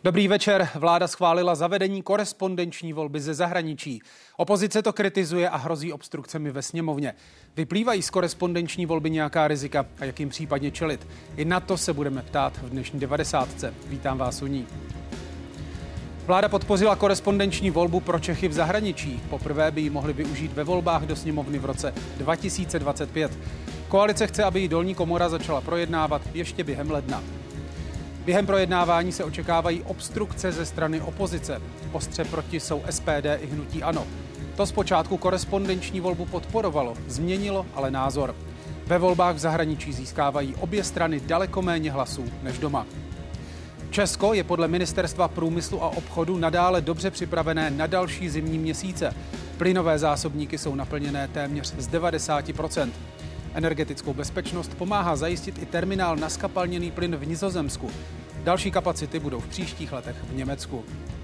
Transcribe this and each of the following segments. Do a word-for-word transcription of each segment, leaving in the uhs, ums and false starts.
Dobrý večer. Vláda schválila zavedení korespondenční volby ze zahraničí. Opozice to kritizuje a hrozí obstrukcemi ve sněmovně. Vyplývají z korespondenční volby nějaká rizika a jak jim případně čelit? I na to se budeme ptát v dnešní devadesátce. Vítám vás u ní. Vláda podpořila korespondenční volbu pro Čechy v zahraničí. Poprvé by ji mohli využít ve volbách do sněmovny v roce dva tisíce dvacet pět. Koalice chce, aby ji dolní komora začala projednávat ještě během ledna. Během projednávání se očekávají obstrukce ze strany opozice. Ostře proti jsou S P D i hnutí ANO. To zpočátku korespondenční volbu podporovalo, změnilo ale názor. Ve volbách v zahraničí získávají obě strany daleko méně hlasů než doma. Česko je podle Ministerstva průmyslu a obchodu nadále dobře připravené na další zimní měsíce. Plynové zásobníky jsou naplněné téměř z devadesát procent. Energetickou bezpečnost pomáhá zajistit i terminál na skapalněný plyn v Nizozemsku. Další kapacity budou v příštích letech v Německu.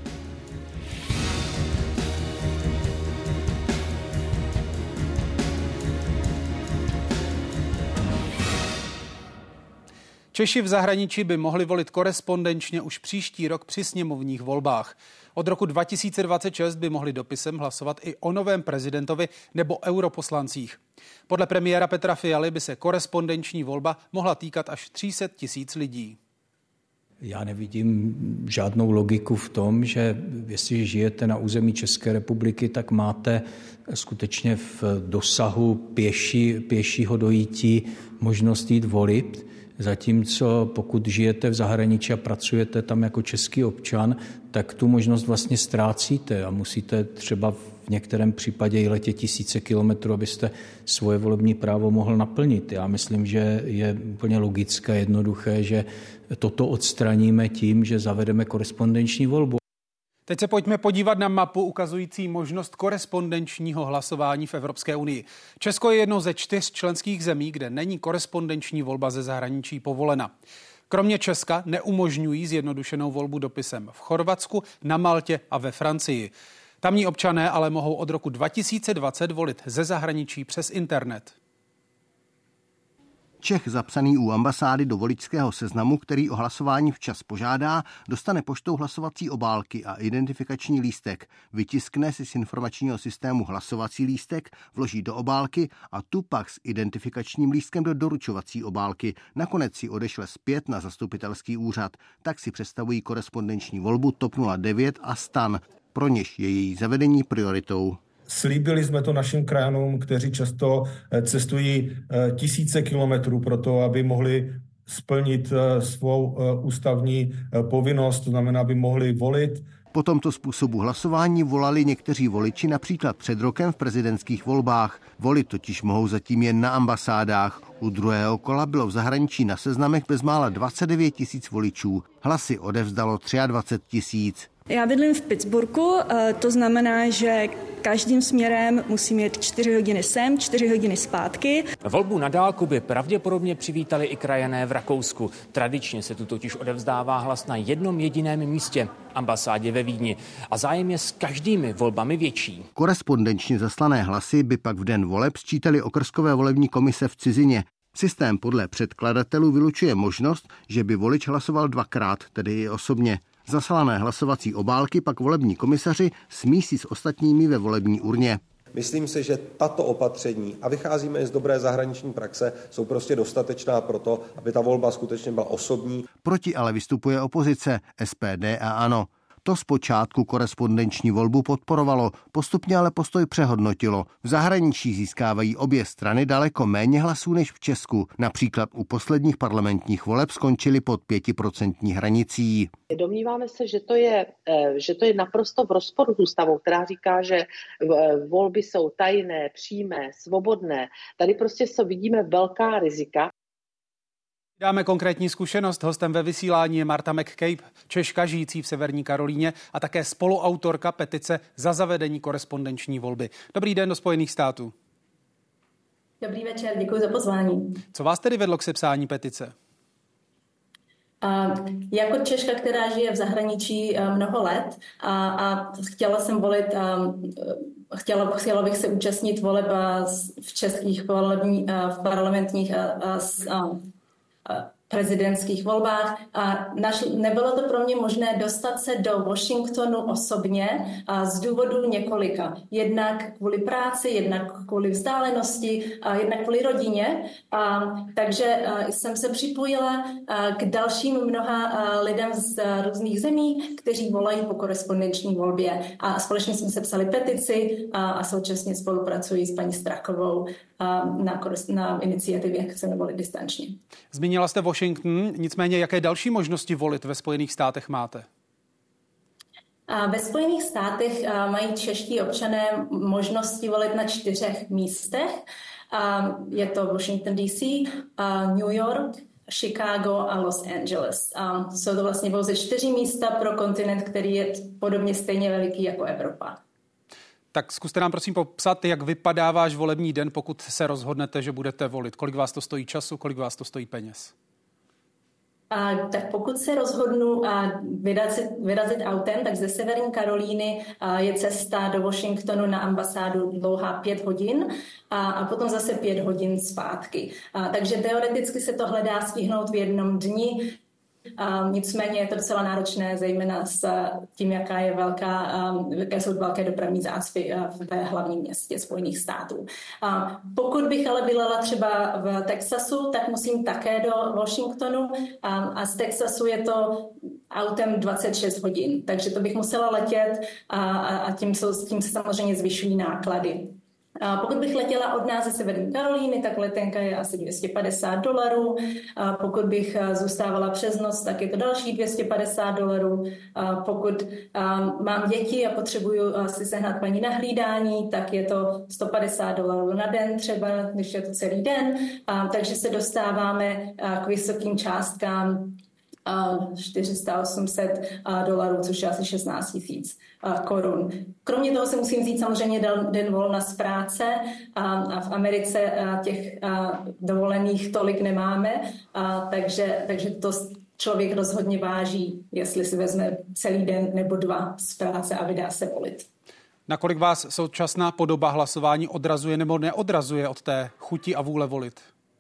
Češi v zahraničí by mohli volit korespondenčně už příští rok při sněmovních volbách. Od roku dva tisíce dvacet šest by mohli dopisem hlasovat i o novém prezidentovi nebo europoslancích. Podle premiéra Petra Fialy by se korespondenční volba mohla týkat až tři sta tisíc lidí. Já nevidím žádnou logiku v tom, že jestli žijete na území České republiky, tak máte skutečně v dosahu pěší, pěšího dojítí možnost jít volit. Zatímco pokud žijete v zahraničí a pracujete tam jako český občan, tak tu možnost vlastně ztrácíte a musíte třeba v některém případě i letět tisíce kilometrů, abyste svoje volební právo mohl naplnit. Já myslím, že je úplně logické, jednoduché, že toto odstraníme tím, že zavedeme korespondenční volbu. Teď se pojďme podívat na mapu ukazující možnost korespondenčního hlasování v Evropské unii. Česko je jednou ze čtyř členských zemí, kde není korespondenční volba ze zahraničí povolena. Kromě Česka neumožňují zjednodušenou volbu dopisem v Chorvatsku, na Maltě a ve Francii. Tamní občané ale mohou od roku dva tisíce dvacet volit ze zahraničí přes internet. Čech zapsaný u ambasády do voličského seznamu, který o hlasování včas požádá, dostane poštou hlasovací obálky a identifikační lístek. Vytiskne si z informačního systému hlasovací lístek, vloží do obálky a tu pak s identifikačním lístkem do doručovací obálky. Nakonec si odešle zpět na zastupitelský úřad. Tak si představují korespondenční volbu T O P nula devět a STAN. Pro něž je její zavedení prioritou. Slíbili jsme to našim krajanům, kteří často cestují tisíce kilometrů pro to, aby mohli splnit svou ústavní povinnost, to znamená, aby mohli volit. Po tomto způsobu hlasování volali někteří voliči například před rokem v prezidentských volbách. Volit totiž mohou zatím jen na ambasádách. U druhého kola bylo v zahraničí na seznamech bezmála dvacet devět tisíc voličů. Hlasy odevzdalo dvacet tři tisíc. Já bydlím v Pittsburghu, to znamená, že každým směrem musím jet čtyři hodiny sem, čtyři hodiny zpátky. Volbu na dálku by pravděpodobně přivítali i krajané v Rakousku. Tradičně se tu totiž odevzdává hlas na jednom jediném místě, ambasádě ve Vídni. A zájem je s každými volbami větší. Korespondenčně zaslané hlasy by pak v den voleb sčítali okrskové volební komise v cizině. Systém podle předkladatelů vylučuje možnost, že by volič hlasoval dvakrát, tedy i osobně. Zaslané hlasovací obálky pak volební komisaři smísí s ostatními ve volební urně. Myslím si, že tato opatření, a vycházíme i z dobré zahraniční praxe, jsou prostě dostatečná pro to, aby ta volba skutečně byla osobní. Proti ale vystupuje opozice, S P D a ANO. To zpočátku korespondenční volbu podporovalo, postupně ale postoj přehodnotilo. V zahraničí získávají obě strany daleko méně hlasů než v Česku. Například u posledních parlamentních voleb skončily pod pětiprocentní hranicí. Domníváme se, že to je, že to je naprosto v rozporu s ústavou, která říká, že volby jsou tajné, přímé, svobodné. Tady prostě se vidíme velká rizika. Dáme konkrétní zkušenost. Hostem ve vysílání je Marta McCabe, Češka žijící v Severní Karolíně a také spoluautorka petice za zavedení korespondenční volby. Dobrý den do Spojených států. Dobrý večer, děkuji za pozvání. Co vás tedy vedlo k sepsání petice? Uh, jako Češka, která žije v zahraničí uh, mnoho let a, a chtěla jsem volit, uh, chtěla, chtěla bych se účastnit voleb uh, v českých volební, uh, v parlamentních uh, uh, uh, prezidentských volbách. A naš, nebylo to pro mě možné dostat se do Washingtonu osobně a z důvodu několika. Jednak kvůli práci, jednak kvůli vzdálenosti, a jednak kvůli rodině. A, takže a, jsem se připojila a, k dalším mnoha a, lidem z a, různých zemí, kteří volají po korespondenční volbě. A společně jsme sepsali petici a, a současně spolupracuji s paní Strakovou a, na, na iniciativě, jak chceme volit distančně. Zmínila jste Washington, nicméně jaké další možnosti volit ve Spojených státech máte? A ve Spojených státech a, mají čeští občané možnosti volit na čtyřech místech. A, je to Washington D C, a, New York, Chicago a Los Angeles. A, jsou to vlastně pouze čtyři místa pro kontinent, který je podobně stejně veliký jako Evropa. Tak zkuste nám prosím popsat, jak vypadá váš volební den, pokud se rozhodnete, že budete volit. Kolik vás to stojí času, kolik vás to stojí peněz? A, tak pokud se rozhodnu a vyrazit, vyrazit autem, tak ze Severní Karolíny a, je cesta do Washingtonu na ambasádu dlouhá pět hodin a, a potom zase pět hodin zpátky. A, takže teoreticky se to hledá stihnout v jednom dni. A nicméně je to docela náročné, zejména s tím, jaká je velká, jaké jsou velké dopravní zácpy v hlavním městě Spojených států. A pokud bych ale bydlela třeba v Texasu, tak musím také do Washingtonu a, a z Texasu je to autem dvacet šest hodin, takže to bych musela letět a, a tím, jsou, tím se samozřejmě zvyšují náklady. A pokud bych letěla od nás ze Severní Karolíny, tak letenka je asi dvě stě padesát dolarů. A pokud bych zůstávala přes noc, tak je to další dvě stě padesát dolarů. A pokud a, mám děti a potřebuju si sehnat paní na hlídání, tak je to sto padesát dolarů na den třeba, když je to celý den. A, takže se dostáváme k vysokým částkám čtyři sta osm set dolarů, což je asi šestnáct tisíc korun. Kromě toho se musím vzít samozřejmě den volna z práce a v Americe těch dovolených tolik nemáme, takže, takže to člověk rozhodně váží, jestli si vezme celý den nebo dva z práce a vydá se volit. Nakolik vás současná podoba hlasování odrazuje nebo neodrazuje od té chuti a vůle volit?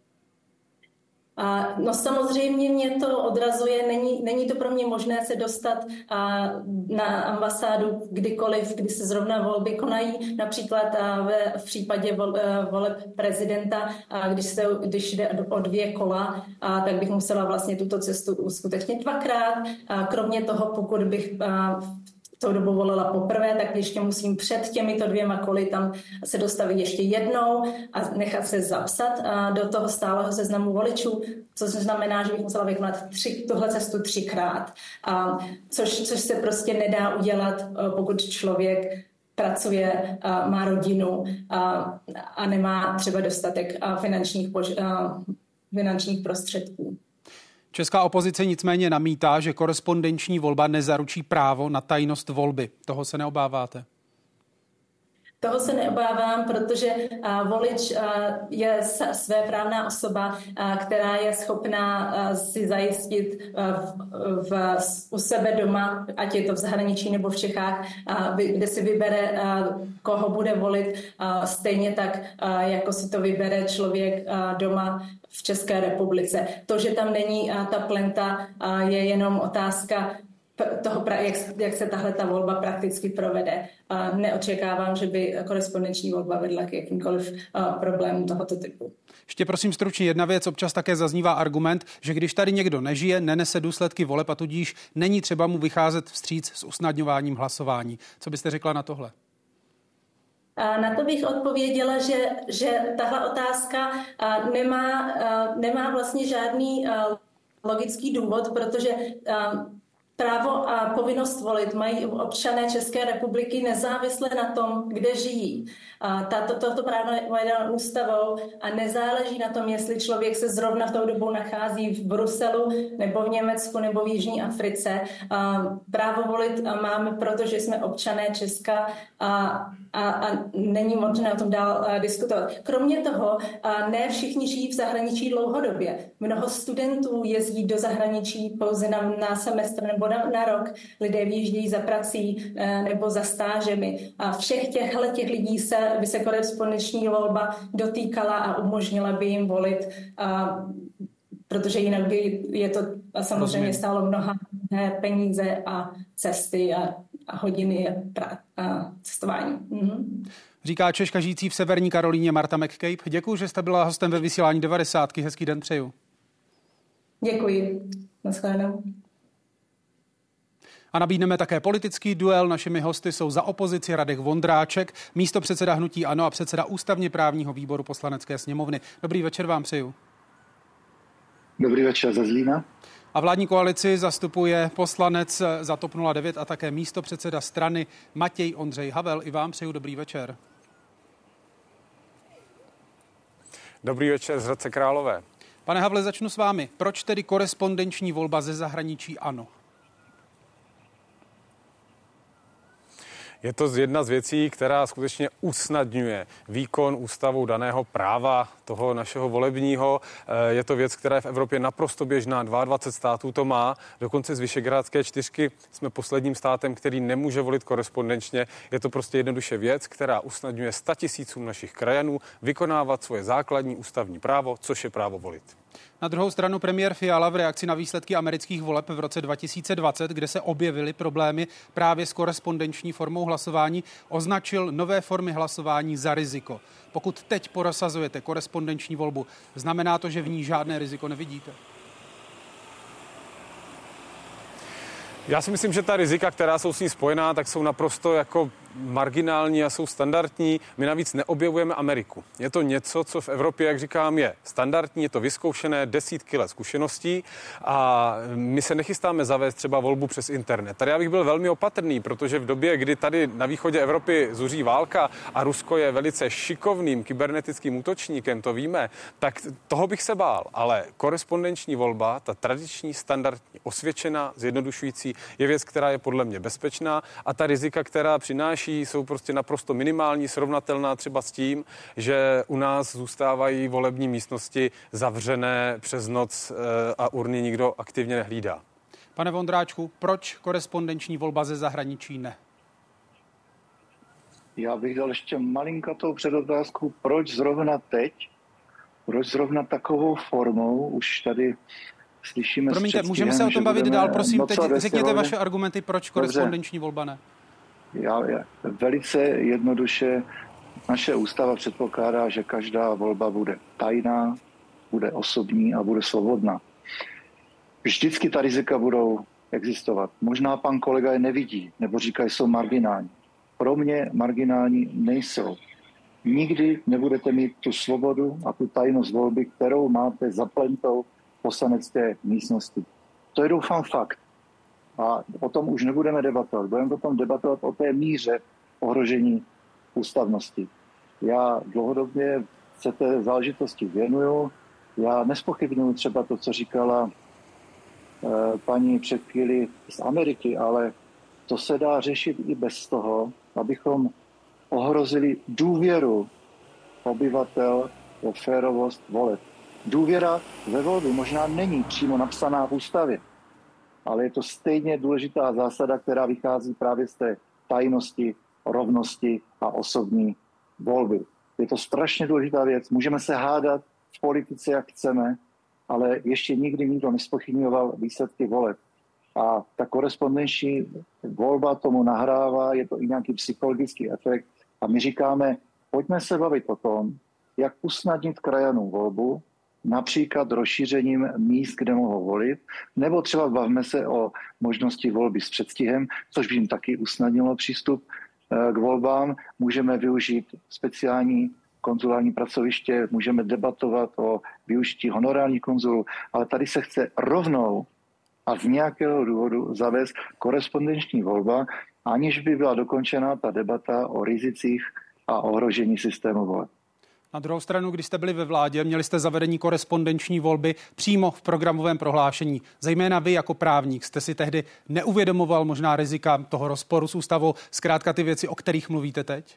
A, no samozřejmě mě to odrazuje, není, není to pro mě možné se dostat a, na ambasádu kdykoliv, kdy se zrovna volby konají, například a, ve, v případě vol, a, voleb prezidenta, a, když, se, když jde o dvě kola, a, tak bych musela vlastně tuto cestu uskutečnit dvakrát. A, kromě toho, pokud bych a, tou dobu volila poprvé, tak ještě musím před těmito dvěma koly tam se dostavit ještě jednou a nechat se zapsat do toho stálého seznamu voličů, což znamená, že bych musela vykonat tři, tuhle cestu třikrát, a což, což se prostě nedá udělat, pokud člověk pracuje, má rodinu a, a nemá třeba dostatek finančních, pož, finančních prostředků. Česká opozice nicméně namítá, že korespondenční volba nezaručí právo na tajnost volby. Toho se neobáváte? Toho se neobávám, protože uh, volič uh, je svéprávná osoba, uh, která je schopná uh, si zajistit uh, v, v, u sebe doma, ať je to v zahraničí nebo v Čechách, uh, kde si vybere, uh, koho bude volit, uh, stejně tak, uh, jako si to vybere člověk uh, doma v České republice. To, že tam není uh, ta plenta, uh, je jenom otázka toho, jak, jak se tahle ta volba prakticky provede. A neočekávám, že by korespondenční volba vedla k jakýmkoliv problémům tohoto typu. Ještě prosím stručně jedna věc. Občas také zaznívá argument, že když tady někdo nežije, nenese důsledky voleb a tudíž není třeba mu vycházet vstříc s usnadňováním hlasování. Co byste řekla na tohle? A na to bych odpověděla, že, že tahle otázka nemá, nemá vlastně žádný logický důvod, protože právo a povinnost volit mají občané České republiky nezávisle na tom, kde žijí. A tato, toto právo je dáno ústavou a nezáleží na tom, jestli člověk se zrovna tou dobou nachází v Bruselu nebo v Německu nebo v Jižní Africe. A právo volit máme, protože jsme občané Česka a, a, a není možné o tom dál diskutovat. Kromě toho, ne všichni žijí v zahraničí dlouhodobě. Mnoho studentů jezdí do zahraničí pouze na, na semestr nebo na, na rok. Lidé vyjíždějí za prací nebo za stážemi. A všech těchto těch lidí se, by se korespondenční volba dotýkala a umožnila by jim volit a protože jinak by je to samozřejmě stálo mnoha peníze a cesty a, a hodiny a, a cestování. Mhm. Říká Češka žijící v Severní Karolíně Marta McCabe. Děkuji, že jste byla hostem ve vysílání devadesátky. Hezký den přeju. Děkuji. Naschledanou. A nabídneme také politický duel. Našimi hosty jsou za opozici Radek Vondráček, místopředseda hnutí ANO a předseda ústavně právního výboru Poslanecké sněmovny. Dobrý večer vám přeju. Dobrý večer ze Zlína. A vládní koalici zastupuje poslanec za TOP nula devět a také místopředseda strany Matěj Ondřej Havel. I vám přeju dobrý večer. Dobrý večer z Hradce Králové. Pane Havle, začnu s vámi. Proč tedy korespondenční volba ze zahraničí ANO? Je to jedna z věcí, která skutečně usnadňuje výkon ústavou daného práva toho našeho volebního. Je to věc, která je v Evropě naprosto běžná. dvacet dva států to má. Dokonce z Visegrádské čtyřky jsme posledním státem, který nemůže volit korespondenčně. Je to prostě jednoduše věc, která usnadňuje statisícům našich krajanů vykonávat svoje základní ústavní právo, což je právo volit. Na druhou stranu premiér Fiala v reakci na výsledky amerických voleb v roce dva tisíce dvacet, kde se objevily problémy právě s korespondenční formou hlasování, označil nové formy hlasování za riziko. Pokud teď prosazujete korespondenční volbu, znamená to, že v ní žádné riziko nevidíte? Já si myslím, že ta rizika, která jsou s ní spojená, tak jsou naprosto jako marginální a jsou standardní. My navíc neobjevujeme Ameriku. Je to něco, co v Evropě, jak říkám, je standardní, je to vyzkoušené, desítky let zkušeností a my se nechystáme zavést třeba volbu přes internet. Tady já bych byl velmi opatrný, protože v době, kdy tady na východě Evropy zuří válka a Rusko je velice šikovným kybernetickým útočníkem, to víme, tak toho bych se bál. Ale korespondenční volba, ta tradiční, standardní, osvědčená, zjednodušující, je věc, která je podle mě bezpečná a ta rizika, která přináší, jsou prostě naprosto minimální, srovnatelná třeba s tím, že u nás zůstávají volební místnosti zavřené přes noc a urny nikdo aktivně nehlídá. Pane Vondráčku, proč korespondenční volba ze zahraničí ne? Já bych dal ještě malinkatou předotázku, proč zrovna teď, proč zrovna takovou formou, už tady slyšíme... Promiňte, můžeme se o tom bavit dál, prosím, teď řekněte vaše argumenty, proč korespondenční volba ne. Já, já, velice jednoduše naše ústava předpokládá, že každá volba bude tajná, bude osobní a bude svobodná. Vždycky ta rizika budou existovat. Možná pan kolega je nevidí, nebo říká, že jsou marginální. Pro mě marginální nejsou. Nikdy nebudete mít tu svobodu a tu tajnost volby, kterou máte za plentou v poslanecké místnosti. To je, doufám, fakt. A o tom už nebudeme debatovat. Budeme potom debatovat o té míře ohrožení ústavnosti. Já dlouhodobě se té záležitosti věnuju. Já nespochybnuju třeba to, co říkala eh, paní před chvíli z Ameriky, ale to se dá řešit i bez toho, abychom ohrozili důvěru obyvatel ve férovost voleb. Důvěra ve volby možná není přímo napsaná v ústavě, ale je to stejně důležitá zásada, která vychází právě z té tajnosti, rovnosti a osobní volby. Je to strašně důležitá věc. Můžeme se hádat v politice, jak chceme, ale ještě nikdy nikdo nespochybňoval výsledky voleb. A ta korespondenční volba tomu nahrává, je to i nějaký psychologický efekt. A my říkáme, pojďme se bavit o tom, jak usnadnit krajanům volbu, například rozšířením míst, kde mohou volit, nebo třeba bavme se o možnosti volby s předstihem, což by jim taky usnadnilo přístup k volbám. Můžeme využít speciální konzulární pracoviště, můžeme debatovat o využití honorárních konzulů, ale tady se chce rovnou a z nějakého důvodu zavést korespondenční volba, aniž by byla dokončena ta debata o rizicích a ohrožení systému voleb. Na druhou stranu, když jste byli ve vládě, měli jste zavedení korespondenční volby přímo v programovém prohlášení. Zejména vy jako právník jste si tehdy neuvědomoval možná rizika toho rozporu s ústavou, zkrátka ty věci, o kterých mluvíte teď?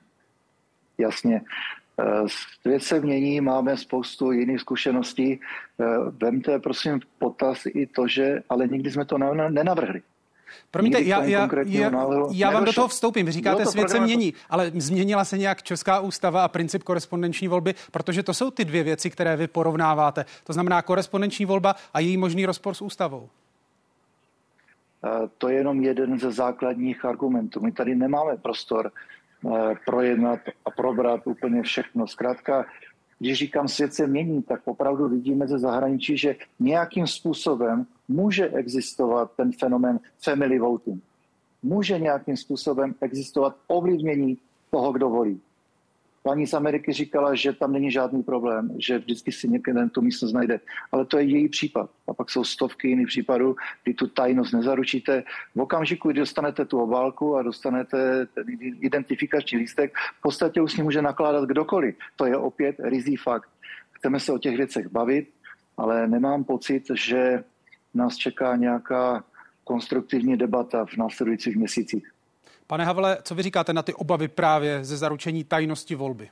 Jasně. Svět se mění, máme spoustu jiných zkušeností. Vemte prosím potaz i to, že ale nikdy jsme to nenavrhli. Promiňte, já, já, já, já vám do toho vstoupím. Vy říkáte, to svět se mění, ale změnila se nějak česká ústava a princip korespondenční volby, protože to jsou ty dvě věci, které vy porovnáváte. To znamená korespondenční volba a její možný rozpor s ústavou. To je jenom jeden ze základních argumentů. My tady nemáme prostor projednat a probrat úplně všechno. Zkrátka, když říkám svět se mění, tak opravdu vidíme ze zahraničí, že nějakým způsobem může existovat ten fenomén family voting. Může nějakým způsobem existovat ovlivnění toho, kdo volí. Paní z Ameriky říkala, že tam není žádný problém, že vždycky si někdo tu místnost najde. Ale to je její případ. A pak jsou stovky jiných případů, kdy tu tajnost nezaručíte. V okamžiku, kdy dostanete tu obálku a dostanete ten identifikační lístek, v podstatě už s ním může nakládat kdokoliv. To je opět rizí fakt. Chceme se o těch věcech bavit, ale nemám pocit, že nás čeká nějaká konstruktivní debata v následujících měsících. Pane Havle, co vy říkáte na ty obavy právě ze zaručení tajnosti volby?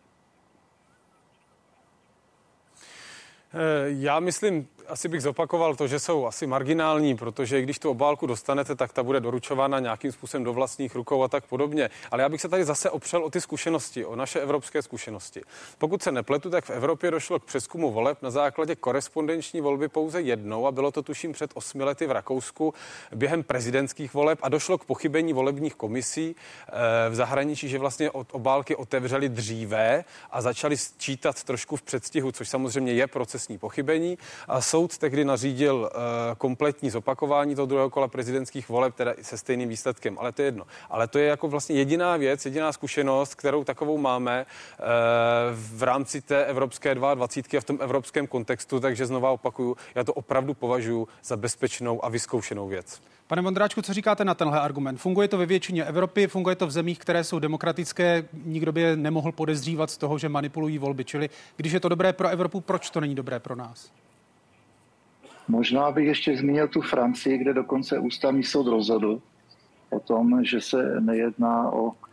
Já myslím, asi bych zopakoval to, že jsou asi marginální, protože když tu obálku dostanete, tak ta bude doručována nějakým způsobem do vlastních rukou a tak podobně. Ale já bych se tady zase opřel o ty zkušenosti, o naše evropské zkušenosti. Pokud se nepletu, tak v Evropě došlo k přezkumu voleb na základě korespondenční volby pouze jednou a bylo to tuším před osmi lety v Rakousku během prezidentských voleb a došlo k pochybení volebních komisí v zahraničí, že vlastně od obálky otevřeli dříve a začali sčítat trošku v předstihu, což samozřejmě je procesní pochybení. A soud tehdy nařídil uh, kompletní zopakování toho druhého kola prezidentských voleb, teda se stejným výsledkem, ale to je jedno. Ale to je jako vlastně jediná věc, jediná zkušenost, kterou takovou máme uh, v rámci té evropské dvacítky a v tom evropském kontextu, takže znova opakuju, já to opravdu považuji za bezpečnou a vyzkoušenou věc. Pane Vondráčku, co říkáte na tenhle argument? Funguje to ve většině Evropy, funguje to v zemích, které jsou demokratické, nikdo by je nemohl podezřívat z toho, že manipulují volby. Čili když je to dobré pro Evropu, proč to není dobré pro nás? Možná bych ještě zmínil tu Francii, kde dokonce ústavní soud rozhodl o tom, že se nejedná o uh,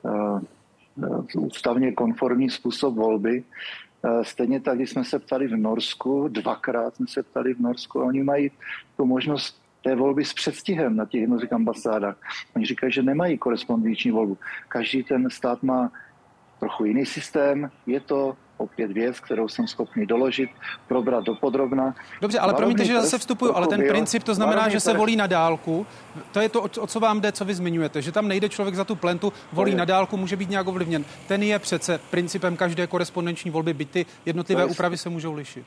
ústavně konformní způsob volby. Uh, stejně tak, když jsme se ptali v Norsku, dvakrát jsme se ptali v Norsku, a oni mají tu možnost té volby s předstihem na těch jednotlivých ambasádách. Oni říkají, že nemají korespondenční volbu. Každý ten stát má trochu jiný systém, je to opět věc, kterou jsem schopný doložit, probrat dopodrobna. Dobře, ale promiňte, že zase vstupuju, ale ten princip, to znamená, že se volí na dálku. To je to, o co vám jde, co vy zmiňujete, že tam nejde člověk za tu plentu, volí na dálku, může být nějak ovlivněn. Ten je přece principem každé korespondenční volby, byť ty jednotlivé úpravy se můžou lišit.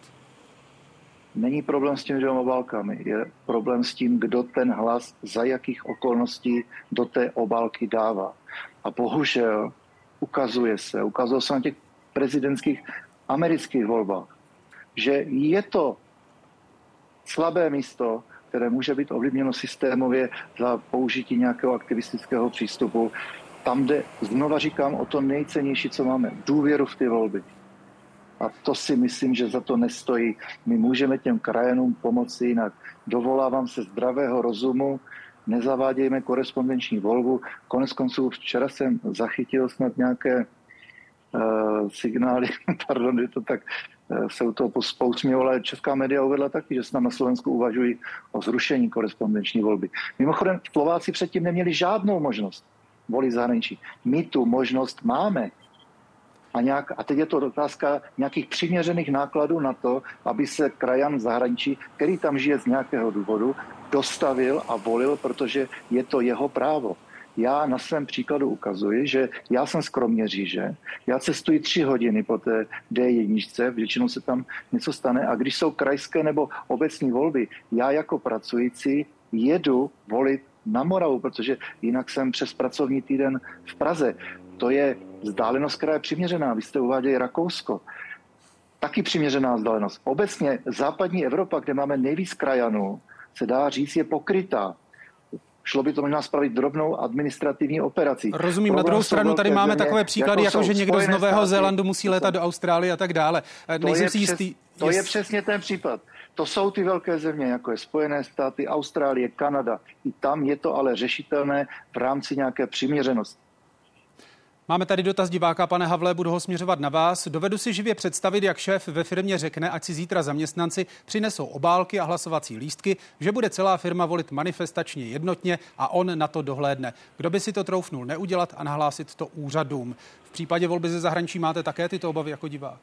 Není problém s těmi dvěma obálkami, je problém s tím, kdo ten hlas za jakých okolností do té obálky dává. A bohužel ukazuje se, ukazuje se na těch prezidentských amerických volbách, že je to slabé místo, které může být ovlivněno systémově za použití nějakého aktivistického přístupu. Tam jde, znova říkám, o to nejcennější, co máme, důvěru v ty volby. A to si myslím, že za to nestojí. My můžeme těm krajanům pomoci jinak. Dovolávám se zdravého rozumu, nezavádějme korespondenční volbu. Konec konců včera jsem zachytil snad nějaké uh, signály, pardon, je to tak, uh, se u toho pousměvalo, ale česká média uvedla taky, že se nám na Slovensku uvažují o zrušení korespondenční volby. Mimochodem, Slováci předtím neměli žádnou možnost volit zahraničí. My tu možnost máme. A, nějak, a teď je to otázka nějakých přiměřených nákladů na to, aby se krajan v zahraničí, který tam žije z nějakého důvodu, dostavil a volil, protože je to jeho právo. Já na svém příkladu ukazuji, že já jsem z Kroměříže, já cestuji tři hodiny po té dé jedna, většinou se tam něco stane a když jsou krajské nebo obecní volby, já jako pracující jedu volit na Moravu, protože jinak jsem přes pracovní týden v Praze. To je vzdálenost, která je přiměřená. Vy jste uváděli Rakousko. Taky přiměřená vzdálenost. Obecně západní Evropa, kde máme nejvíc krajanů, se dá říct, je pokrytá. Šlo by to možná spravit drobnou administrativní operací. Rozumím, Problém na druhou stranu tady máme země, takové příklady, jako, jako že někdo z Nového státy, Zélandu musí létat do Austrálie a tak dále. Nejsem si jistý. To je přesně ten případ. To jsou ty velké země, jako je Spojené státy, Austrálie, Kanada. I tam je to ale řešitelné v rámci nějaké přiměřenosti. Máme tady dotaz diváka, pane Havle, budu ho směřovat na vás. Dovedu si živě představit, jak šéf ve firmě řekne, ať si zítra zaměstnanci přinesou obálky a hlasovací lístky, že bude celá firma volit manifestačně jednotně a on na to dohlédne. Kdo by si to troufnul neudělat a nahlásit to úřadům? V případě volby ze zahraničí máte také tyto obavy jako divák?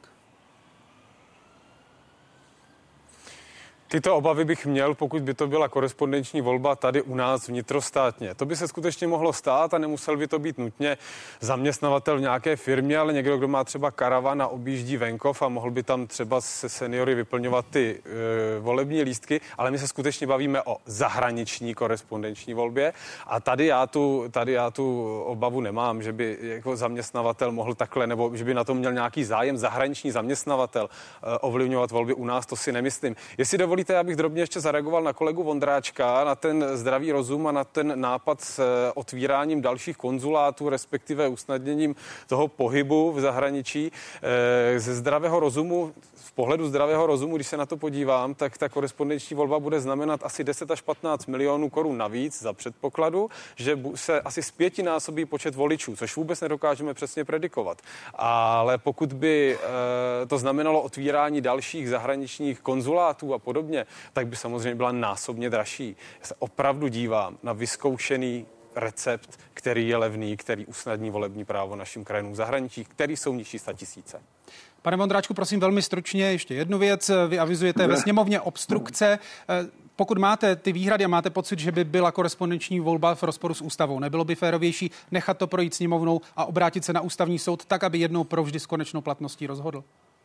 Tyto obavy bych měl, pokud by to byla korespondenční volba tady u nás vnitrostátně. To by se skutečně mohlo stát a nemusel by to být nutně zaměstnavatel v nějaké firmě, ale někdo, kdo má třeba karavan a objíždí venkov a mohl by tam třeba se seniory vyplňovat ty e, volební lístky, ale my se skutečně bavíme o zahraniční korespondenční volbě a tady já tu, tady já tu obavu nemám, že by jako zaměstnavatel mohl takhle, nebo že by na tom měl nějaký zájem zahraniční zaměstnavatel e, ovlivňovat volby u nás, to si nemyslím. Jestli dovolíte, já bych drobně ještě zareagoval na kolegu Vondráčka, na ten zdravý rozum a na ten nápad s otvíráním dalších konzulátů, respektive usnadněním toho pohybu v zahraničí. Ze zdravého rozumu, v pohledu zdravého rozumu, když se na to podívám, tak ta korespondenční volba bude znamenat asi deset až patnáct milionů korun navíc za předpokladu, že se asi zpětinásobí počet voličů, což vůbec nedokážeme přesně predikovat. Ale pokud by to znamenalo otvírání dalších zahraničních konzulátů a podobně, tak by samozřejmě byla násobně dražší. Já se opravdu dívám na vyzkoušený recept, který je levný, který usnadní volební právo našim krajům v zahraničí, který jsou nižší sta tisíce. Pane Vondráčku, prosím velmi stručně ještě jednu věc. Vy avizujete ve sněmovně obstrukce. Pokud máte ty výhrady a máte pocit, že by byla korespondenční volba v rozporu s ústavou, nebylo by férovější nechat to projít sněmovnou a obrátit se na ústavní soud tak, aby jednou provždy s konečnou platností rozhodl?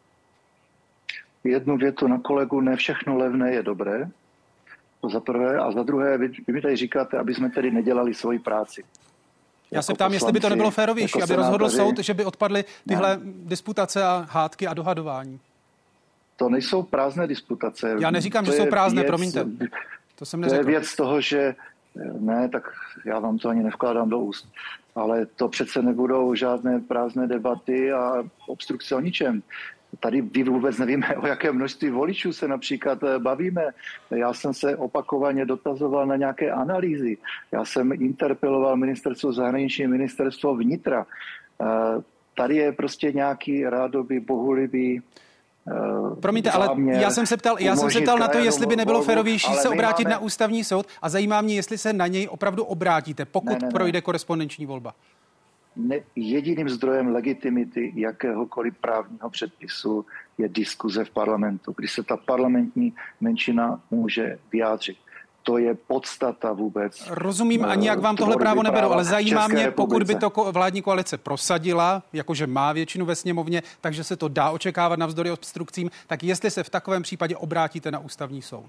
Jednu větu na kolegu, ne všechno levné je dobré, to za prvé, a za druhé, vy, vy mi tady říkáte, aby jsme tedy nedělali svoji práci. Já se ptám, jestli by to nebylo férovější, jako aby rozhodl soud, že by odpadly tyhle ne. disputace a hádky a dohadování. To nejsou prázdné disputace. Já neříkám, to že jsou prázdné, věc, promiňte. To jsem neřekl. To je věc toho, že ne, tak já vám to ani nevkládám do úst, ale to přece nebudou žádné prázdné debaty a obstrukce o ničem. Tady vy vůbec nevíme, o jaké množství voličů se například bavíme. Já jsem se opakovaně dotazoval na nějaké analýzy. Já jsem interpeloval ministerstvo zahraničí, ministerstvo vnitra. Tady je prostě nějaký rádoby, bohulibý. Promiňte, ale já jsem se ptal, já jsem se ptal na to, jestli by nebylo férovější se obrátit máme... na ústavní soud a zajímá mě, jestli se na něj opravdu obrátíte, pokud ne, ne, ne. projde korespondenční volba. Ne, jediným zdrojem legitimity jakéhokoliv právního předpisu je diskuze v parlamentu, kdy se ta parlamentní menšina může vyjádřit. To je podstata vůbec. Rozumím, ani jak vám tohle právo neberu, ale zajímá mě, pokud by to vládní koalice prosadila, jakože má většinu ve sněmovně, takže se to dá očekávat navzdory obstrukcím, tak jestli se v takovém případě obrátíte na ústavní soud?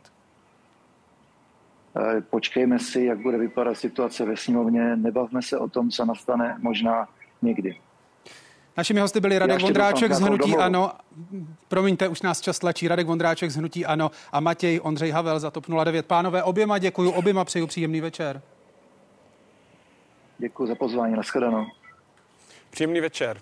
Počkejme si, jak bude vypadat situace ve sněmovně, nebavme se o tom, co nastane možná někdy. Našimi hosty byli Radek Vondráček z Hnutí domů. Ano, promiňte, už nás čas tlačí, Radek Vondráček z Hnutí Ano a Matěj Ondřej Havel za TOP nula devět. Pánové, oběma děkuju, oběma přeju příjemný večer. Děkuji za pozvání, nashledanou. Příjemný večer.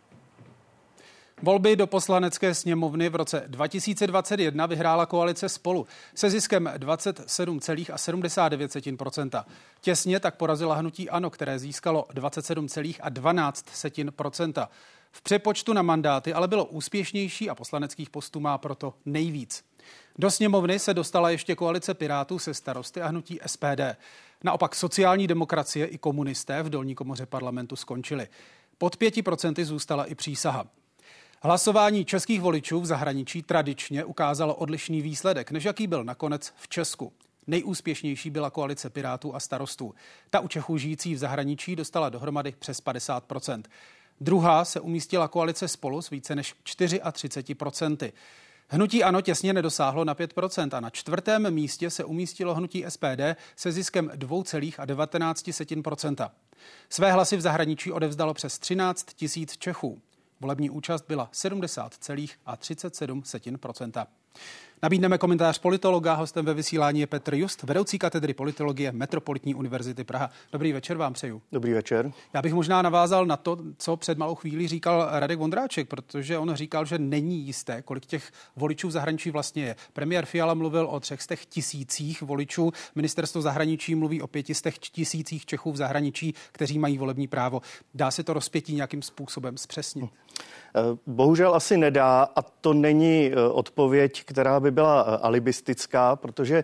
Volby do Poslanecké sněmovny v roce dva tisíce dvacet jedna vyhrála koalice Spolu se ziskem dvacet sedm celá sedmdesát devět procenta. Těsně tak porazila Hnutí Ano, které získalo dvacet sedm celá dvanáct procenta. V přepočtu na mandáty ale bylo úspěšnější a poslaneckých postů má proto nejvíc. Do sněmovny se dostala ještě koalice Pirátů se Starosty a hnutí S P D. Naopak sociální demokracie i komunisté v dolní komoře parlamentu skončili. Pod pěti procenty zůstala i Přísaha. Hlasování českých voličů v zahraničí tradičně ukázalo odlišný výsledek, než jaký byl nakonec v Česku. Nejúspěšnější byla koalice Pirátů a Starostů. Ta u Čechů žijící v zahraničí dostala dohromady přes padesát procent. Druhá se umístila koalice Spolu s více než třiceti čtyřmi procenty. Hnutí Ano těsně nedosáhlo na pět procent a na čtvrtém místě se umístilo hnutí S P D se ziskem dvě celá devatenáct procenta. Své hlasy v zahraničí odevzdalo přes třináct tisíc Čechů. Volební účast byla sedmdesát celá třicet sedm procenta. Nabídneme komentář politologa, hostem ve vysílání je Petr Just, vedoucí katedry politologie Metropolitní univerzity Praha. Dobrý večer vám přeju. Dobrý večer. Já bych možná navázal na to, co před malou chvílí říkal Radek Vondráček, protože on říkal, že není jisté, kolik těch voličů v zahraničí vlastně je. Premiér Fiala mluvil o třech stech tisících voličů, ministerstvo zahraničí mluví o pětistech tisících Čechů v zahraničí, kteří mají volební právo. Dá se to rozpětí nějakým způsobem zpřesnit? Bohužel asi nedá a to není odpověď, která by byla alibistická, protože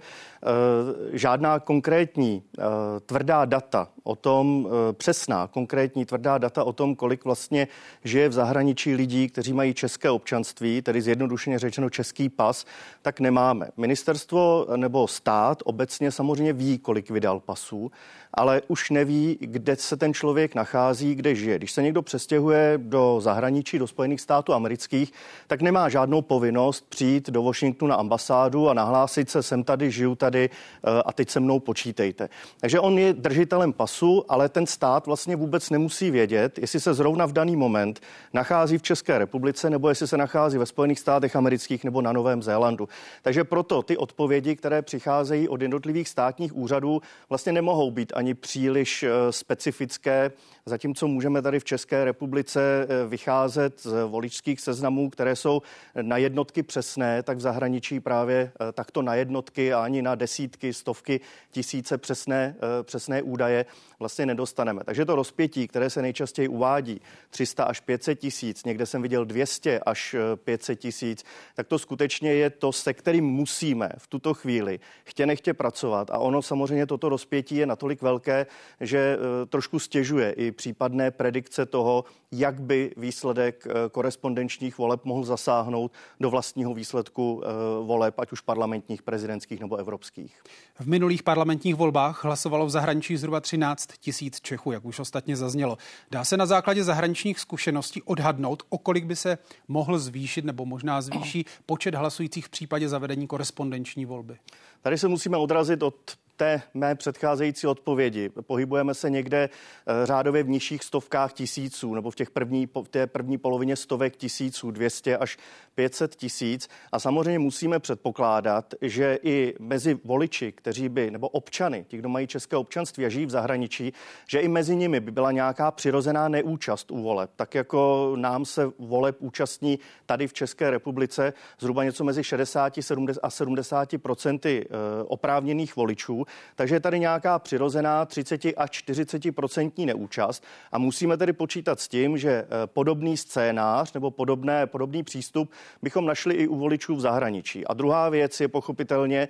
žádná konkrétní tvrdá data o tom, přesná konkrétní tvrdá data o tom, kolik vlastně žije v zahraničí lidí, kteří mají české občanství, tedy zjednodušeně řečeno český pas, tak nemáme. Ministerstvo nebo stát obecně samozřejmě ví, kolik vydal pasů, ale už neví, kde se ten člověk nachází, kde žije. Když se někdo přestěhuje do zahraničí, do Spojených států amerických, tak nemá žádnou povinnost přijít do Washingtonu na ambasádu a nahlásit se, jsem tady, žiju tady a teď se mnou počítejte. Takže on je držitelem pasu, ale ten stát vlastně vůbec nemusí vědět, jestli se zrovna v daný moment nachází v České republice nebo jestli se nachází ve Spojených státech amerických nebo na Novém Zélandu. Takže proto ty odpovědi, které přicházejí od jednotlivých státních úřadů, vlastně nemohou být ani příliš specifické, zatímco můžeme tady v České republice vycházet z voličských seznamů, které jsou na jednotky přesné, tak v zahraničí právě takto na jednotky a ani na desítky, stovky, tisíce přesné, přesné údaje vlastně nedostaneme. Takže to rozpětí, které se nejčastěji uvádí, tři sta až pět set tisíc, někde jsem viděl dvě stě až pět set tisíc, tak to skutečně je to, se kterým musíme v tuto chvíli chtě nechtě pracovat. A ono samozřejmě toto rozpětí je natolik velké, že trošku stěžuje i případné predikce toho, jak by výsledek korespondenčních voleb mohl zasáhnout do vlastního výsledku voleb, ať už parlamentních, prezidentských nebo evropských. V minulých parlamentních volbách hlasovalo v zahraničí zhruba třináct tisíc Čechů, jak už ostatně zaznělo. Dá se na základě zahraničních zkušeností odhadnout, o kolik by se mohl zvýšit nebo možná zvýší počet hlasujících v případě zavedení korespondenční volby? Tady se musíme odrazit od té mé předcházející odpovědi. Pohybujeme se někde řádově v nižších stovkách tisíců nebo v, těch první, v té první polovině stovek tisíců, dvě stě až pět set tisíc. A samozřejmě musíme předpokládat, že i mezi voliči, kteří by, nebo občany, ti, kdo mají české občanství a žijí v zahraničí, že i mezi nimi by byla nějaká přirozená neúčast u voleb. Tak jako nám se voleb účastní tady v České republice zhruba něco mezi šedesát a sedmdesát procenty oprávněných voličů. Takže je tady nějaká přirozená třicet až čtyřicet procentní neúčast a musíme tedy počítat s tím, že podobný scénář nebo podobné, podobný přístup bychom našli i u voličů v zahraničí. A druhá věc je pochopitelně,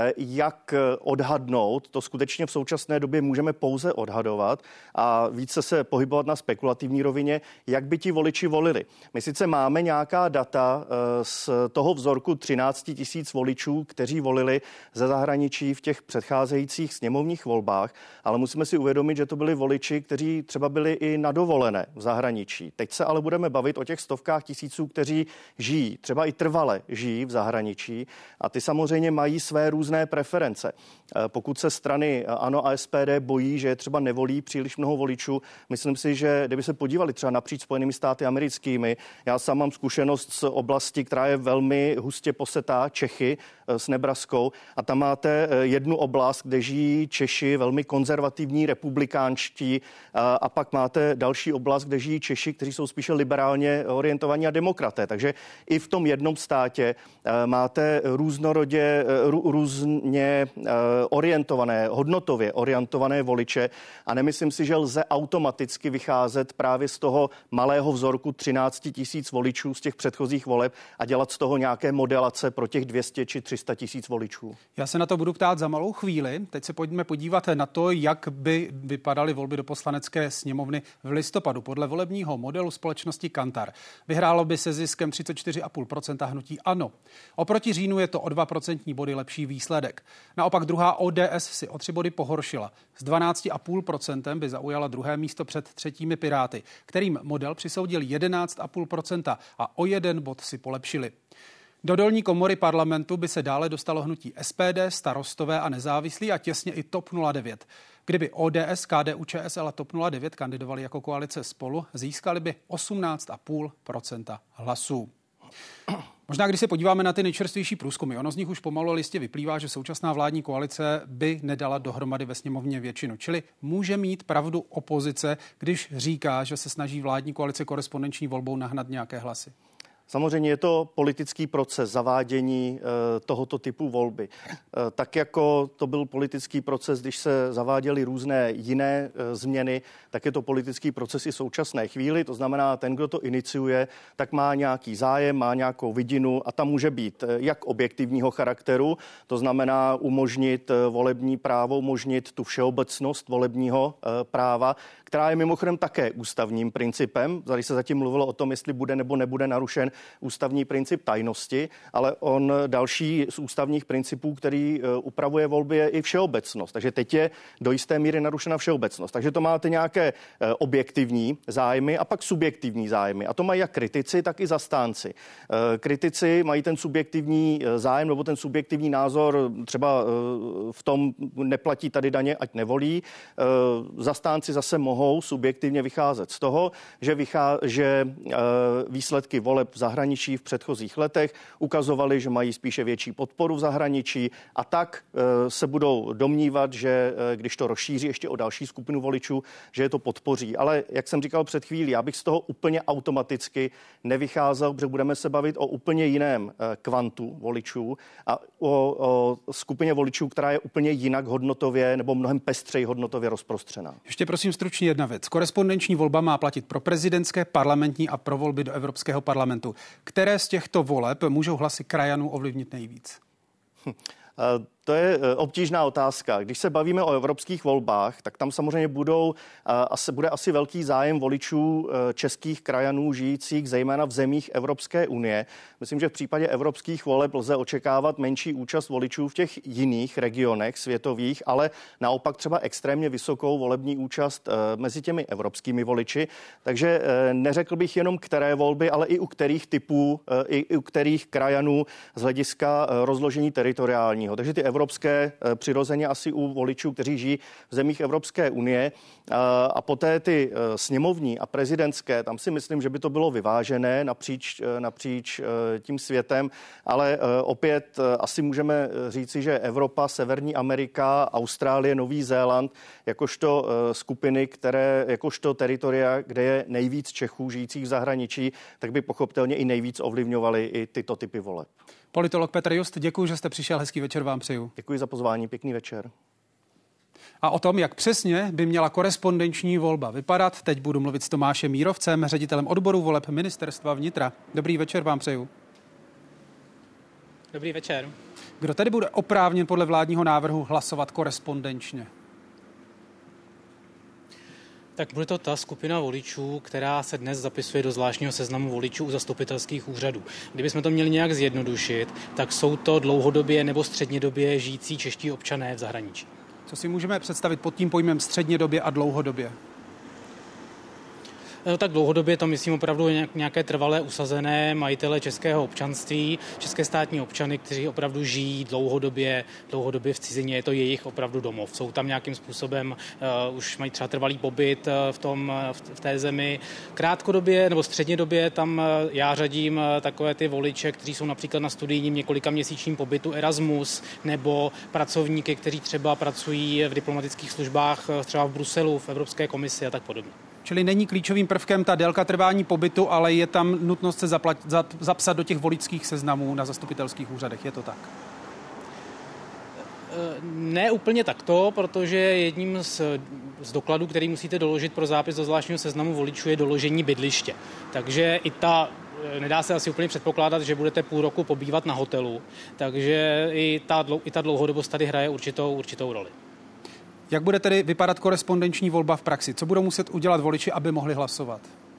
jak odhadnout, to skutečně v současné době můžeme pouze odhadovat a více se pohybovat na spekulativní rovině, jak by ti voliči volili. My sice máme nějaká data z toho vzorku třináct tisíc voličů, kteří volili ze zahraničí v těch předcházejících sněmovních volbách, ale musíme si uvědomit, že to byli voliči, kteří třeba byli i na dovolené v zahraničí. Teď se ale budeme bavit o těch stovkách tisíců, kteří žijí, třeba i trvale žijí v zahraničí a ty samozřejmě mají své různé preference. Pokud se strany ANO a S P D bojí, že třeba nevolí příliš mnoho voličů, myslím si, že kdyby se podívali třeba napříč Spojenými státy americkými, já sám mám zkušenost z oblasti, která je velmi hustě posetá, Čechy s Nebraskou, a tam máte jednu oblast, kde žijí Češi velmi konzervativní, republikánští, a, a pak máte další oblast, kde žijí Češi, kteří jsou spíše liberálně orientovaní a demokraté. Takže i v tom jednom státě máte různorodě, rů, různě orientované, hodnotově orientované voliče a nemyslím si, že lze automaticky vycházet právě z toho malého vzorku třináct tisíc voličů z těch předchozích voleb a dělat z toho nějaké modelace pro těch dvě stě či tři sta tisíc voličů. Já se na to budu ptát za malou chvíli. Teď se pojďme podívat na to, jak by vypadaly volby do Poslanecké sněmovny v listopadu. Podle volebního modelu společnosti Kantar vyhrálo by se ziskem třicet čtyři celá pět procenta hnutí ANO. Oproti říjnu je to o dva procentní body lepší výsledek. Naopak druhá O D S si o tři body pohoršila. S dvanáct celá pět procenta by zaujala druhé místo před třetími Piráty, kterým model přisoudil jedenáct celá pět procenta a o jeden bod si polepšili. Do dolní komory parlamentu by se dále dostalo hnutí S P D, Starostové a nezávislí a těsně i TOP nula devět. Kdyby O D S, K D U Č S L a TOP nula devět kandidovali jako koalice Spolu, získali by osmnáct celá pět procenta hlasů. Možná, když se podíváme na ty nejčerstvější průzkumy, ono z nich už pomalu listě vyplývá, že současná vládní koalice by nedala dohromady ve sněmovně většinu. Čili může mít pravdu opozice, když říká, že se snaží vládní koalice korespondenční volbou nahnat nějaké hlasy. Samozřejmě je to politický proces zavádění e, tohoto typu volby. E, tak jako to byl politický proces, když se zaváděly různé jiné e, změny, tak je to politický proces i v současné chvíli. To znamená, ten, kdo to iniciuje, tak má nějaký zájem, má nějakou vidinu a tam může být jak objektivního charakteru, to znamená umožnit volební právo, umožnit tu všeobecnost volebního e, práva, která je mimochodem také ústavním principem. Tady se zatím mluvilo o tom, jestli bude nebo nebude narušen ústavní princip tajnosti, ale on další z ústavních principů, který upravuje volby, je i všeobecnost. Takže teď je do jisté míry narušena všeobecnost. Takže to máte nějaké objektivní zájmy a pak subjektivní zájmy. A to mají jak kritici, tak i zastánci. Kritici mají ten subjektivní zájem nebo ten subjektivní názor třeba v tom neplatí tady daně, ať nevolí. Zastánci zase mohou subjektivně vycházet z toho, že, vychá, že výsledky voleb v zahraničí v předchozích letech ukazovaly, že mají spíše větší podporu v zahraničí a tak se budou domnívat, že když to rozšíří ještě o další skupinu voličů, že je to podpoří. Ale jak jsem říkal před chvílí, já bych z toho úplně automaticky nevycházel, protože budeme se bavit o úplně jiném kvantu voličů a o, o skupině voličů, která je úplně jinak hodnotově nebo mnohem pestřeji hodnotově rozprostřená. Ještě prosím stručně jedna věc. Korespondenční volba má platit pro prezidentské, parlamentní a pro volby do Evropského parlamentu. Které z těchto voleb můžou hlasy krajanů ovlivnit nejvíc? Hm. To je obtížná otázka. Když se bavíme o evropských volbách, tak tam samozřejmě budou, asi, bude asi velký zájem voličů českých krajanů žijících zejména v zemích Evropské unie. Myslím, že v případě evropských voleb lze očekávat menší účast voličů v těch jiných regionech světových, ale naopak třeba extrémně vysokou volební účast mezi těmi evropskými voliči. Takže neřekl bych jenom které volby, ale i u kterých typů, i u kterých krajanů z hlediska rozložení teritoriálního. Takže ty evropské přirozeně asi u voličů, kteří žijí v zemích Evropské unie a poté ty sněmovní a prezidentské, tam si myslím, že by to bylo vyvážené napříč, napříč tím světem, ale opět asi můžeme říci, že Evropa, Severní Amerika, Austrálie, Nový Zéland, jakožto skupiny, které, jakožto teritoria, kde je nejvíc Čechů žijících v zahraničí, tak by pochopitelně i nejvíc ovlivňovaly i tyto typy voleb. Politolog Petr Just, děkuji, že jste přišel, hezký večer vám přeju. Děkuji za pozvání, pěkný večer. A o tom, jak přesně by měla korespondenční volba vypadat, teď budu mluvit s Tomášem Mírovcem, ředitelem odboru voleb Ministerstva vnitra. Dobrý večer vám přeju. Dobrý večer. Kdo tedy bude oprávněn podle vládního návrhu hlasovat korespondenčně? Tak bude to ta skupina voličů, která se dnes zapisuje do zvláštního seznamu voličů u zastupitelských úřadů. Kdybychom to měli nějak zjednodušit, tak jsou to dlouhodobě nebo střednědobě žijící čeští občané v zahraničí. Co si můžeme představit pod tím pojmem střednědobě a dlouhodobě? No, tak dlouhodobě to myslím opravdu nějaké trvalé usazené majitele českého občanství, české státní občany, kteří opravdu žijí dlouhodobě, dlouhodobě v cizině, je to jejich opravdu domov. Jsou tam nějakým způsobem, uh, už mají třeba trvalý pobyt uh, v, tom, uh, v té zemi. Krátkodobě nebo střednědobě tam uh, já řadím uh, takové ty voliče, kteří jsou například na studijním několika měsíčním pobytu Erasmus, nebo pracovníky, kteří třeba pracují v diplomatických službách uh, třeba v Bruselu, v Evropské komisi a tak podobně. Čili není klíčovým prvkem ta délka trvání pobytu, ale je tam nutnost se zaplat, zap, zapsat do těch voličských seznamů na zastupitelských úřadech. Je to tak? Ne úplně takto, protože jedním z, z dokladů, který musíte doložit pro zápis do zvláštního seznamu voličů, je doložení bydliště. Takže i ta nedá se asi úplně předpokládat, že budete půl roku pobývat na hotelu, takže i ta, i ta dlouhodobost tady hraje určitou, určitou roli. Jak bude tedy vypadat korespondenční volba v praxi? Co budou muset udělat voliči, aby mohli hlasovat?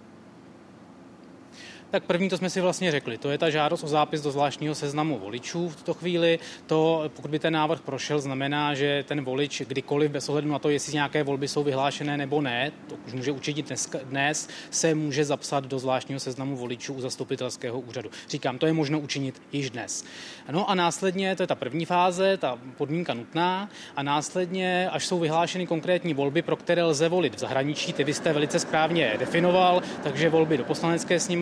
Tak první to jsme si vlastně řekli. To je ta žádost o zápis do zvláštního seznamu voličů v tuto chvíli. To, pokud by ten návrh prošel, znamená, že ten volič kdykoliv bez ohledu na to, jestli nějaké volby jsou vyhlášené nebo ne, to už může učinit dnes, dnes, se může zapsat do zvláštního seznamu voličů u zastupitelského úřadu. Říkám, to je možno učinit již dnes. No a následně, to je ta první fáze, ta podmínka nutná, a následně, až jsou vyhlášeny konkrétní volby, pro které lze volit v zahraničí, ty vy jste velice správně definoval, takže volby do poslanecké sněmovny,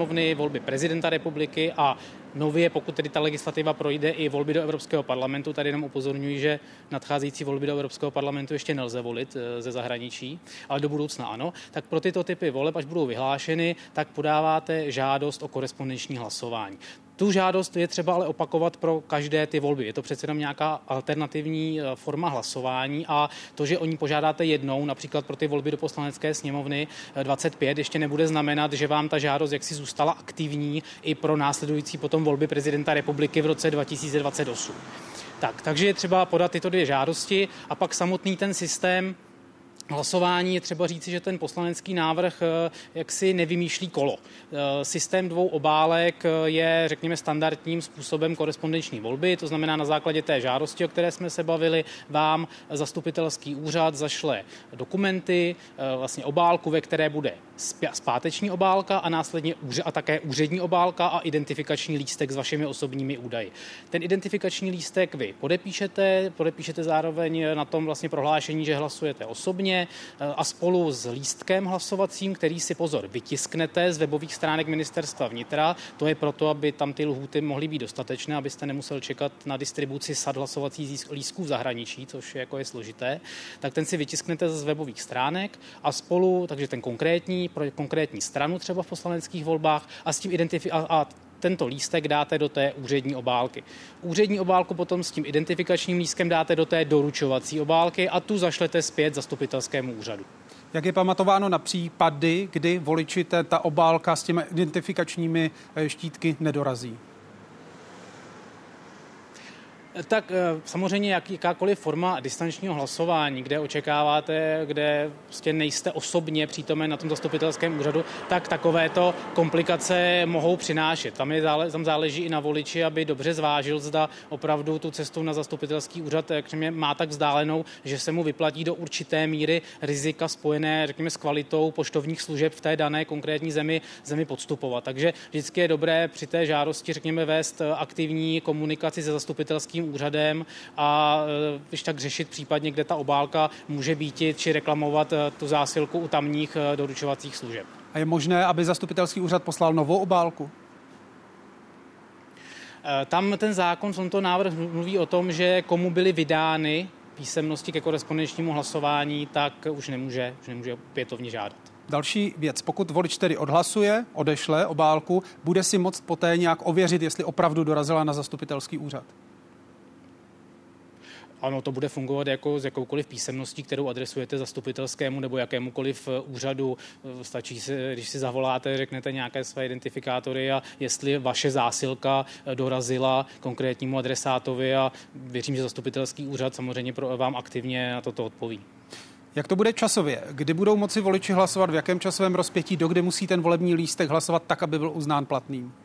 volby prezidenta republiky a nově, pokud tedy ta legislativa projde, i volby do Evropského parlamentu. Tady jenom upozorňuji, že nadcházející volby do Evropského parlamentu ještě nelze volit ze zahraničí, ale do budoucna ano. Tak pro tyto typy voleb, až budou vyhlášeny, tak podáváte žádost o korespondenční hlasování. Tu žádost je třeba ale opakovat pro každé ty volby. Je to přece jenom nějaká alternativní forma hlasování a to, že o ní požádáte jednou, například pro ty volby do Poslanecké sněmovny dvacet pět, ještě nebude znamenat, že vám ta žádost jaksi zůstala aktivní i pro následující potom volby prezidenta republiky v roce dva tisíce dvacet osm. Tak, takže je třeba podat tyto dvě žádosti a pak samotný ten systém hlasování je třeba říci, že ten poslanecký návrh jaksi nevymýšlí kolo. Systém dvou obálek je, řekněme, standardním způsobem korespondenční volby, to znamená na základě té žádosti, o které jsme se bavili, vám zastupitelský úřad zašle dokumenty, vlastně obálku, ve které bude zpáteční obálka a následně a také úřední obálka a identifikační lístek s vašimi osobními údaji. Ten identifikační lístek vy podepíšete, podepíšete zároveň na tom vlastně prohlášení, že hlasujete osobně a spolu s lístkem hlasovacím, který si pozor vytisknete z webových stránek Ministerstva vnitra. To je proto, aby tam ty lhůty mohly být dostatečné, abyste nemusel čekat na distribuci sad hlasovacích lístků v zahraničí, což je, jako je složité. Tak ten si vytisknete z webových stránek a spolu, takže ten konkrétní, pro konkrétní stranu třeba v poslaneckých volbách a s tím identifi- a, a tento lístek dáte do té úřední obálky. Úřední obálku potom s tím identifikačním lístkem dáte do té doručovací obálky a tu zašlete zpět zastupitelskému úřadu. Jak je pamatováno na případy, kdy voliči ta obálka s těmi identifikačními štítky nedorazí? Tak samozřejmě jak, jakákoliv forma distančního hlasování, kde očekáváte, kde prostě nejste osobně přítomen na tom zastupitelském úřadu, tak takovéto komplikace mohou přinášet. Tam, je, tam záleží i na voliči, aby dobře zvážil, zda opravdu tu cestu na zastupitelský úřad řekněme, má tak vzdálenou, že se mu vyplatí do určité míry rizika spojené řekněme, s kvalitou poštovních služeb v té dané konkrétní zemi, zemi podstupovat. Takže vždycky je dobré při té žádosti řekněme, vést aktivní komunikaci se zastupitelským úřadem a když tak řešit případně, kde ta obálka může být, či reklamovat tu zásilku u tamních doručovacích služeb. A je možné, aby zastupitelský úřad poslal novou obálku? Tam ten zákon, v tomto návrh mluví o tom, že komu byly vydány písemnosti ke korespondenčnímu hlasování, tak už nemůže, už nemůže opětovně žádat. Další věc, pokud volič tedy odhlasuje, odešle obálku, bude si moct poté nějak ověřit, jestli opravdu dorazila na zastupitelský úřad? Ano, to bude fungovat jako s jakoukoliv písemností, kterou adresujete zastupitelskému nebo jakémukoliv úřadu. Stačí si, když si zavoláte, řeknete nějaké své identifikátory a jestli vaše zásilka dorazila konkrétnímu adresátovi a věřím, že zastupitelský úřad samozřejmě pro vám aktivně na toto odpoví. Jak to bude časově? Kdy budou moci voliči hlasovat, v jakém časovém rozpětí, dokdy musí ten volební lístek hlasovat tak, aby byl uznán platným?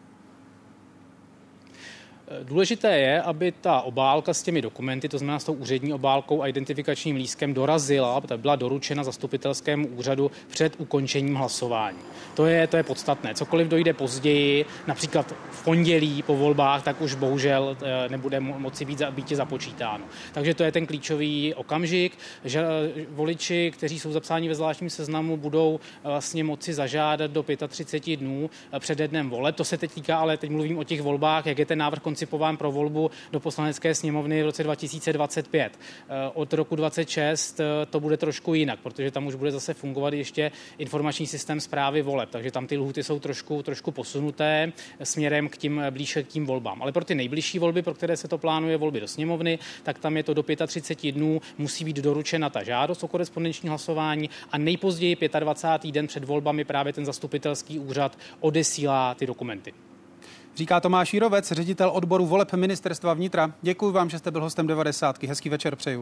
Důležité je, aby ta obálka s těmi dokumenty, to znamená s tou úřední obálkou a identifikačním lístkem dorazila, byla doručena zastupitelskému úřadu před ukončením hlasování. To je, to je podstatné. Cokoliv dojde později, například v pondělí po volbách, tak už bohužel nebude moci být, být započítáno. Takže to je ten klíčový okamžik, že voliči, kteří jsou zapsáni ve zvláštním seznamu, budou vlastně moci zažádat do třicet pět dnů přede dnem voleb. To se teď týká, ale teď mluvím o těch volbách, jak je ten návrh koncipován pro volbu do Poslanecké sněmovny v roce dva tisíce dvacet pět. Od roku dvacet šest to bude trošku jinak, protože tam už bude zase fungovat ještě informační systém správy voleb, takže tam ty lhůty jsou trošku, trošku posunuté směrem k tím blíže k tím volbám. Ale pro ty nejbližší volby, pro které se to plánuje, volby do sněmovny, tak tam je to do třicet pět dnů, musí být doručena ta žádost o korespondenční hlasování a nejpozději dvacátého pátého den před volbami právě ten zastupitelský úřad odesílá ty dokumenty. Říká Tomáš Jírovec, ředitel odboru voleb Ministerstva vnitra. Děkuji vám, že jste byl hostem devadesátky. Hezký večer přeju.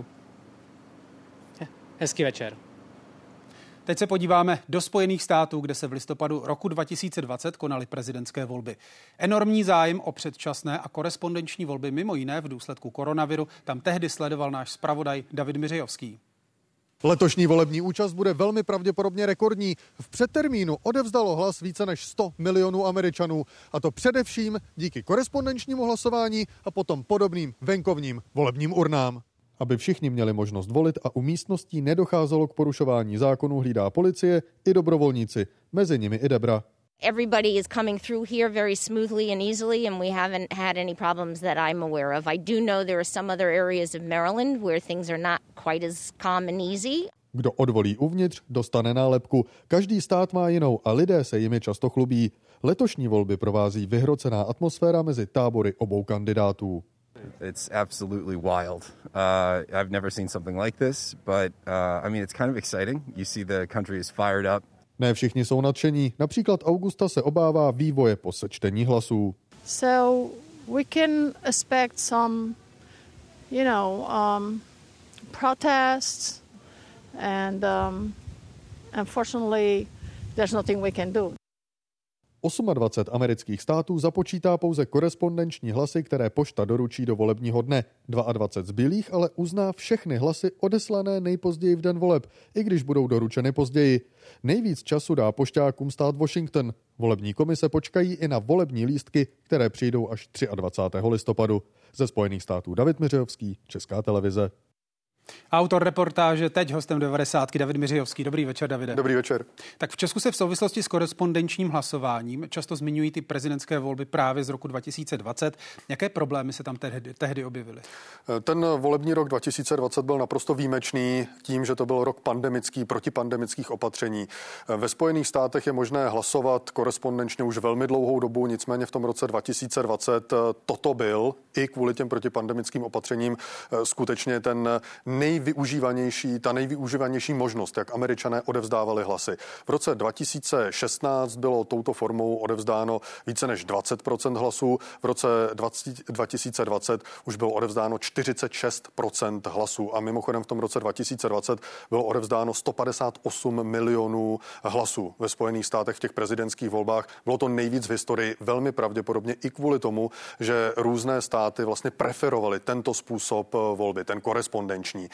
Hezký večer. Teď se podíváme do Spojených států, kde se v listopadu roku dva tisíce dvacet konaly prezidentské volby. Enormní zájem o předčasné a korespondenční volby mimo jiné v důsledku koronaviru tam tehdy sledoval náš zpravodaj David Miřejovský. Letošní volební účast bude velmi pravděpodobně rekordní. V předtermínu odevzdalo hlas více než sto milionů Američanů. A to především díky korespondenčnímu hlasování a potom podobným venkovním volebním urnám. Aby všichni měli možnost volit a u místností nedocházelo k porušování zákonů, hlídá policie i dobrovolníci, mezi nimi i Debra. Everybody is coming through here very smoothly and easily, and we haven't had any problems that I'm aware of. I do know there are some other areas of Maryland where things are not quite as calm and easy. Kdo odvolí uvnitř, dostane nálepku. Každý stát má jinou a lidé se jimi často chlubí. Letošní volby provází vyhrocená atmosféra mezi tábory obou kandidátů. It's absolutely wild. Uh, I've never seen something like this, but uh, I mean, it's kind of exciting. You see the country is fired up. Ne všichni jsou nadšení. Například Augusta se obává vývoje po sečtení hlasů. So we can expect some, you know, um, protests, and um, unfortunately, there's nothing we can do. dvacet osm amerických států započítá pouze korespondenční hlasy, které pošta doručí do volebního dne. dvacet dva zbylých ale uzná všechny hlasy odeslané nejpozději v den voleb, i když budou doručeny později. Nejvíc času dá pošťákům stát Washington. Volební komise počkají i na volební lístky, které přijdou až dvacátého třetího listopadu. Ze Spojených států David Miřejovský, Česká televize. Autor reportáže teď hostem devadesátky David Miřejovský. Dobrý večer, Davide. Dobrý večer. Tak v Česku se v souvislosti s korespondenčním hlasováním často zmiňují ty prezidentské volby právě z roku dva tisíce dvacet. Jaké problémy se tam tehdy, tehdy objevily? Ten volební rok dva tisíce dvacet byl naprosto výjimečný tím, že to byl rok pandemický, protipandemických opatření. Ve Spojených státech je možné hlasovat korespondenčně už velmi dlouhou dobu, nicméně v tom roce dva tisíce dvacet toto byl i kvůli těm protipandemickým opatřením skutečně ten nejvyužívanější, ta nejvyužívanější možnost, jak Američané odevzdávali hlasy. V roce dva tisíce šestnáct bylo touto formou odevzdáno více než dvacet procent hlasů, v roce dva tisíce dvacet už bylo odevzdáno čtyřicet šest procent hlasů a mimochodem v tom roce dva tisíce dvacet bylo odevzdáno sto padesát osm milionů hlasů ve Spojených státech v těch prezidentských volbách. Bylo to nejvíc v historii, velmi pravděpodobně i kvůli tomu, že různé státy vlastně preferovaly tento způsob volby, ten korespondenční.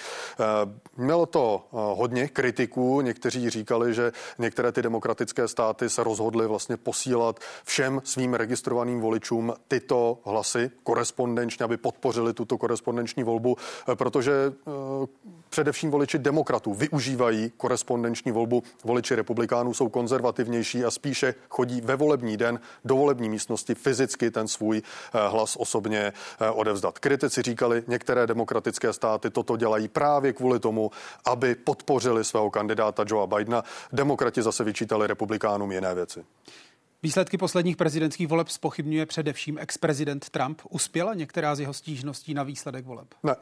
Mělo to hodně kritiků, někteří říkali, že některé ty demokratické státy se rozhodly vlastně posílat všem svým registrovaným voličům tyto hlasy korespondenčně, aby podpořili tuto korespondenční volbu, protože především voliči demokratů využívají korespondenční volbu, voliči republikánů jsou konzervativnější a spíše chodí ve volební den do volební místnosti fyzicky ten svůj hlas osobně odevzdat. Kritici říkali, některé demokratické státy toto dělají právě kvůli tomu, aby podpořili svého kandidáta Joea Bidena. Demokrati zase vyčítali republikánům jiné věci. Výsledky posledních prezidentských voleb zpochybňuje především ex-prezident Trump. Uspěla některá z jeho stížností na výsledek voleb? Ne.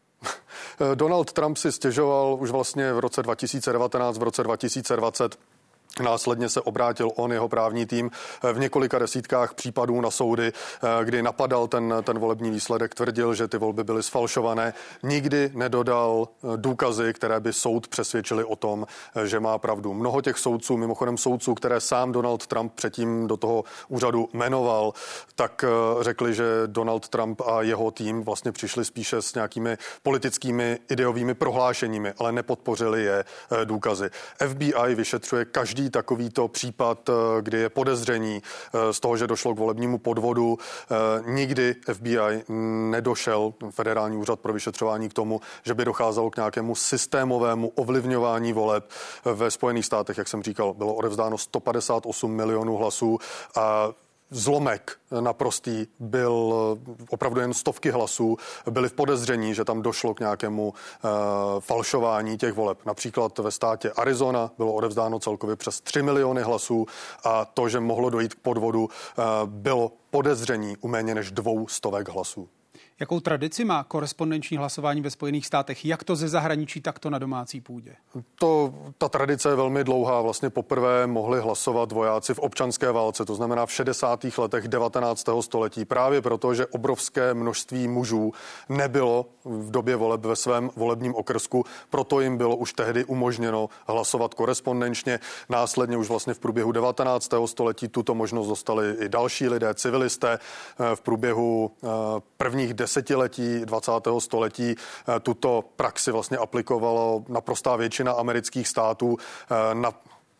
Donald Trump si stěžoval už vlastně v roce dva tisíce devatenáct, v roce dva tisíce dvacet. Následně se obrátil on, jeho právní tým, v několika desítkách případů na soudy, kdy napadal ten, ten volební výsledek, tvrdil, že ty volby byly sfalšované. Nikdy nedodal důkazy, které by soud přesvědčili o tom, že má pravdu. Mnoho těch soudců, mimochodem soudců, které sám Donald Trump předtím do toho úřadu jmenoval, tak řekli, že Donald Trump a jeho tým vlastně přišli spíše s nějakými politickými ideovými prohlášeními, ale nepodpořili je důkazy. F B I vyšetřuje každý takovýto případ, kdy je podezření z toho, že došlo k volebnímu podvodu. Nikdy F B I nedošel, Federální úřad pro vyšetřování, k tomu, že by docházelo k nějakému systémovému ovlivňování voleb. Ve Spojených státech, jak jsem říkal, bylo odevzdáno sto padesát osm milionů hlasů a zlomek naprostý byl opravdu jen stovky hlasů, byly v podezření, že tam došlo k nějakému uh, falšování těch voleb. Například ve státě Arizona bylo odevzdáno celkově přes tři miliony hlasů a to, že mohlo dojít k podvodu, uh, bylo podezření u méně než dvou stovek hlasů. Jakou tradici má korespondenční hlasování ve Spojených státech, jak to ze zahraničí, tak to na domácí půdě? To, ta tradice je velmi dlouhá. Vlastně poprvé mohli hlasovat vojáci v občanské válce, to znamená v šedesátých letech devatenáctého století, právě proto, že obrovské množství mužů nebylo v době voleb ve svém volebním okrsku, proto jim bylo už tehdy umožněno hlasovat korespondenčně. Následně už vlastně v průběhu devatenáctého století tuto možnost dostali i další lidé, civilisté. V průběhu prvních desetiletí dvacátého století tuto praxi vlastně aplikovalo naprostá většina amerických států. Na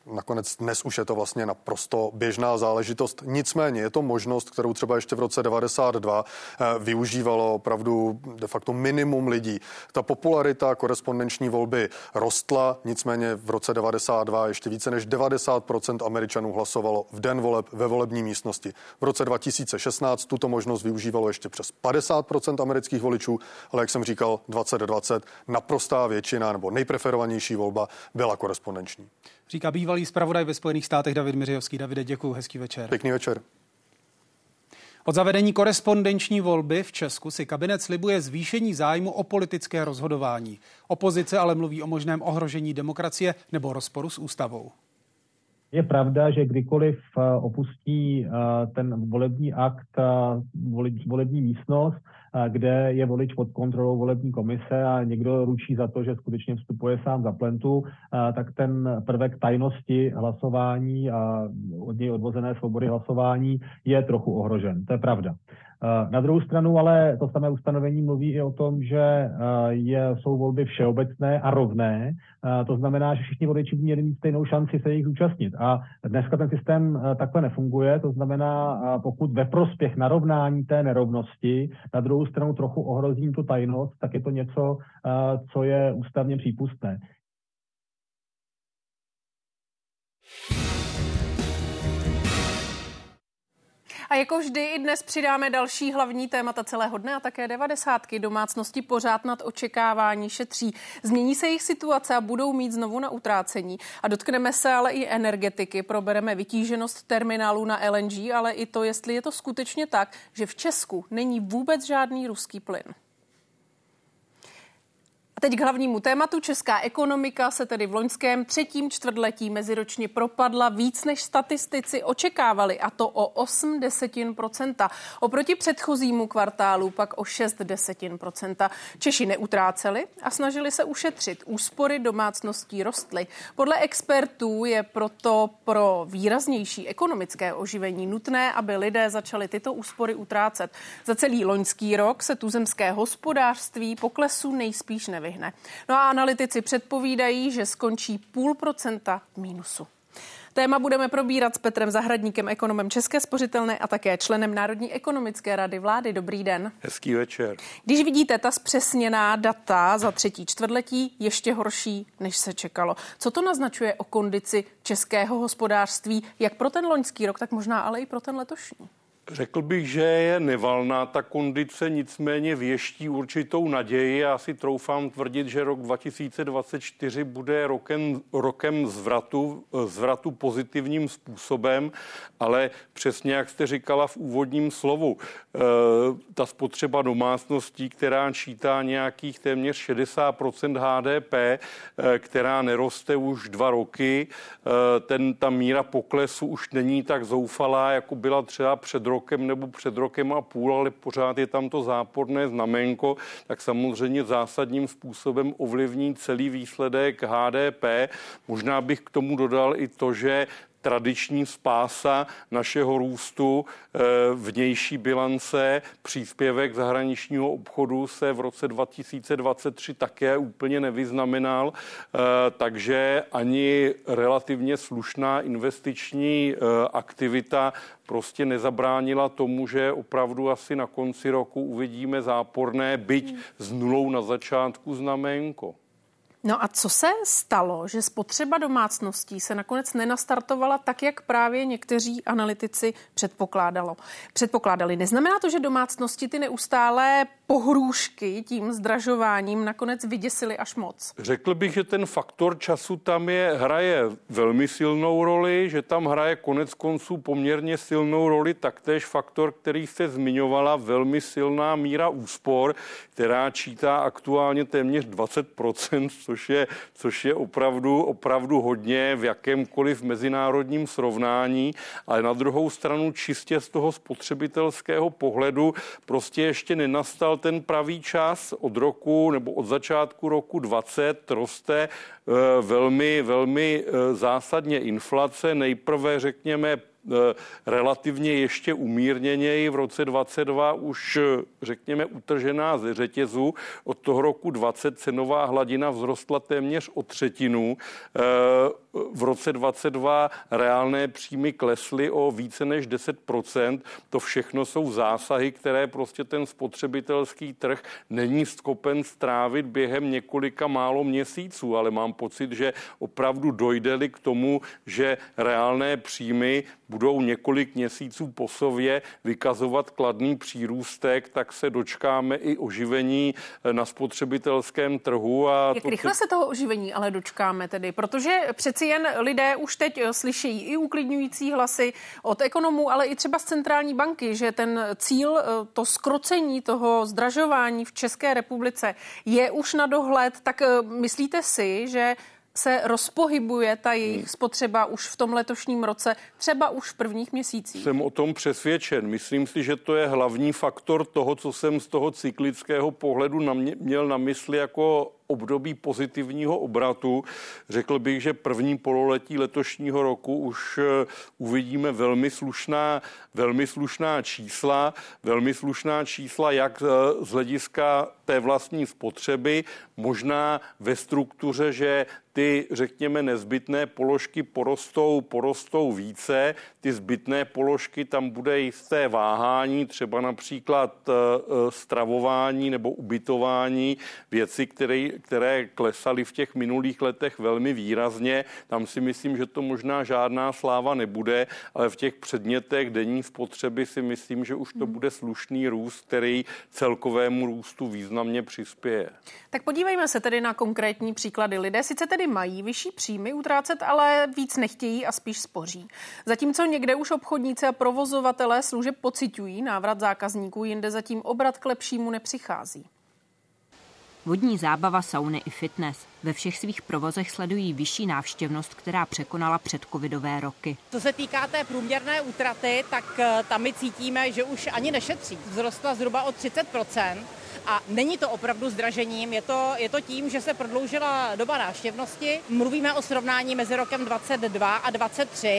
nakonec dnes už je to vlastně naprosto běžná záležitost. Nicméně je to možnost, kterou třeba ještě v roce devadesát dva využívalo opravdu de facto minimum lidí. Ta popularita korespondenční volby rostla, nicméně v roce devadesát dva ještě více než devadesát procent Američanů hlasovalo v den voleb ve volební místnosti. V roce dva tisíce šestnáct tuto možnost využívalo ještě přes padesát procent amerických voličů, ale jak jsem říkal, dvacet dvacet naprostá většina nebo nejpreferovanější volba byla korespondenční. Říká bývalý zpravodaj ve Spojených státech David Miřijovský. Davide, děkuji, hezký večer. Pěkný večer. Od zavedení korespondenční volby v Česku si kabinet slibuje zvýšení zájmu o politické rozhodování. Opozice ale mluví o možném ohrožení demokracie nebo rozporu s ústavou. Je pravda, že kdykoliv opustí ten volební akt volební místnost, kde je volič pod kontrolou volební komise a někdo ručí za to, že skutečně vstupuje sám za plentu, tak ten prvek tajnosti hlasování a od něj odvozené svobody hlasování je trochu ohrožen. To je pravda. Na druhou stranu ale to samé ustanovení mluví i o tom, že je, jsou volby všeobecné a rovné. To znamená, že všichni voliči by měli mít stejnou šanci se jich zúčastnit. A dneska ten systém takhle nefunguje. To znamená, pokud ve prospěch narovnání té nerovnosti na druhou stranu trochu ohrozím tu tajnost, tak je to něco, co je ústavně přípustné. A jako vždy i dnes přidáme další hlavní témata celého dne a také devadesátky. Domácnosti pořád nad očekávání šetří. Změní se jejich situace a budou mít znovu na utrácení. A dotkneme se ale i energetiky. Probereme vytíženost terminálů na L N G, ale i to, jestli je to skutečně tak, že v Česku není vůbec žádný ruský plyn. A teď k hlavnímu tématu. Česká ekonomika se tedy v loňském třetím čtvrtletí meziročně propadla víc, než statistici očekávali, a to o osm desetin procenta. Oproti předchozímu kvartálu pak o šest desetin procenta. Češi neutráceli a snažili se ušetřit. Úspory domácností rostly. Podle expertů je proto pro výraznější ekonomické oživení nutné, aby lidé začali tyto úspory utrácet. Za celý loňský rok se tuzemské hospodářství poklesu nejspíš nevyhne. No a analytici předpovídají, že skončí půl procenta v mínusu. Téma budeme probírat s Petrem Zahradníkem, ekonomem České spořitelné a také členem Národní ekonomické rady vlády. Dobrý den. Hezký večer. Když vidíte ta zpřesněná data za třetí čtvrtletí, ještě horší, než se čekalo. Co to naznačuje o kondici českého hospodářství, jak pro ten loňský rok, tak možná ale i pro ten letošní? Řekl bych, že je nevalná ta kondice, nicméně věští určitou naději. Já si troufám tvrdit, že rok dva tisíce dvacet čtyři bude rokem, rokem zvratu, zvratu pozitivním způsobem, ale přesně jak jste říkala v úvodním slovu, e, ta spotřeba domácností, která čítá nějakých téměř šedesát procent H D P, e, která neroste už dva roky, e, ten, ta míra poklesu už není tak zoufalá, jako byla třeba před rokem nebo před rokem a půl, ale pořád je tam to záporné znamenko, tak samozřejmě zásadním způsobem ovlivní celý výsledek H D P. Možná bych k tomu dodal i to, že tradiční spása našeho růstu, vnější bilance, příspěvek zahraničního obchodu se v roce dva tisíce dvacet tři také úplně nevyznamenal, takže ani relativně slušná investiční aktivita prostě nezabránila tomu, že opravdu asi na konci roku uvidíme záporné, byť s nulou na začátku znamenko. No a co se stalo, že spotřeba domácností se nakonec nenastartovala tak, jak právě někteří analytici předpokládalo. předpokládali? Neznamená to, že domácnosti ty neustálé pohrůžky tím zdražováním nakonec vyděsily až moc? Řekl bych, že ten faktor času tam je, hraje velmi silnou roli, že tam hraje konec konců poměrně silnou roli taktéž faktor, který jste zmiňovala, velmi silná míra úspor, která čítá aktuálně téměř dvacet procent, což je, což je opravdu, opravdu hodně v jakémkoliv mezinárodním srovnání, ale na druhou stranu čistě z toho spotřebitelského pohledu prostě ještě nenastal ten pravý čas. Od roku nebo od začátku roku dvacet roste e, velmi, velmi e, zásadně inflace. Nejprve řekněme relativně ještě umírněněji, v roce dvacet dva už řekněme utržená ze řetězu. Od toho roku dvacet cenová hladina vzrostla téměř o třetinu. v roce dvacet dva reálné příjmy klesly o více než deset procent. To všechno jsou zásahy, které prostě ten spotřebitelský trh není schopen strávit během několika málo měsíců, ale mám pocit, že opravdu dojde-li k tomu, že reálné příjmy budou několik měsíců po sobě vykazovat kladný přírůstek, tak se dočkáme i oživení na spotřebitelském trhu. A Jak to rychle te... se toho oživení ale dočkáme tedy? Protože přeci jen lidé už teď slyšejí i uklidňující hlasy od ekonomů, ale i třeba z centrální banky, že ten cíl, to zkrocení toho zdražování v České republice je už na dohled. Tak myslíte si, že se rozpohybuje ta jejich spotřeba už v tom letošním roce, třeba už v prvních měsících? Jsem o tom přesvědčen. Myslím si, že to je hlavní faktor toho, co jsem z toho cyklického pohledu na mě, měl na mysli jako období pozitivního obratu. Řekl bych, že první pololetí letošního roku už uvidíme velmi slušná, velmi slušná čísla, velmi slušná čísla jak z hlediska té vlastní spotřeby, možná ve struktuře, že ty, řekněme, nezbytné položky porostou, porostou více, ty zbytné položky, tam bude jisté váhání, třeba například stravování nebo ubytování, věci, které, které klesaly v těch minulých letech velmi výrazně. Tam si myslím, že to možná žádná sláva nebude, ale v těch předmětech denní spotřeby si myslím, že už to bude slušný růst, který celkovému růstu významně přispěje. Tak podívejme se tedy na konkrétní příklady. Lidé sice tedy mají vyšší příjmy utrácet, ale víc nechtějí a spíš spoří. Zatímco někde už obchodníci a provozovatelé služeb pociťují návrat zákazníků, jinde zatím obrat k lepšímu nepřichází. Vodní zábava, sauny i fitness. Ve všech svých provozech sledují vyšší návštěvnost, která překonala předcovidové roky. Co se týká té průměrné útraty, tak tam my cítíme, že už ani nešetří. Vzrostla zhruba o třicet procent. A není to opravdu zdražením, je to, je to tím, že se prodloužila doba návštěvnosti. Mluvíme o srovnání mezi rokem dvacet dva a dvacet tři.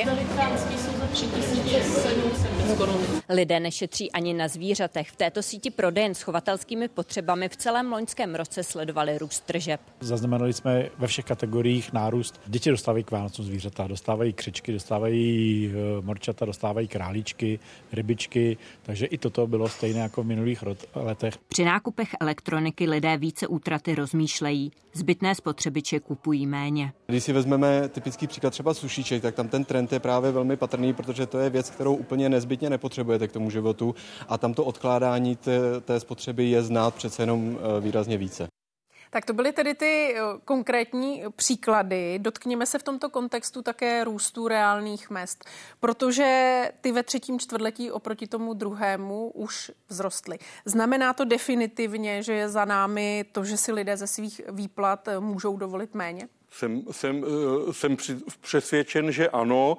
Lidé nešetří ani na zvířatech. V této síti prodejen s chovatelskými potřebami v celém loňském roce sledovali růst tržeb. Zaznamenali jsme ve všech kategoriích nárůst. Děti dostávají k Vánocům zvířata, dostávají křečky, dostávají morčata, dostávají králíčky, rybičky, takže i toto bylo stejné jako v minulých letech. Při nákupech elektroniky lidé více útraty rozmýšlejí. Zbytné spotřebiče kupují méně. Když si vezmeme typický příklad třeba sušíček, tak tam ten trend je právě velmi patrný, protože to je věc, kterou úplně nezbytně nepotřebujete k tomu životu a tam to odkládání té, té spotřeby je znát přece jenom výrazně více. Tak to byly tedy ty konkrétní příklady. Dotkněme se v tomto kontextu také růstu reálných mezd, protože ty ve třetím čtvrtletí oproti tomu druhému už vzrostly. Znamená to definitivně, že je za námi to, že si lidé ze svých výplat můžou dovolit méně? Jsem, jsem, jsem přesvědčen, že ano.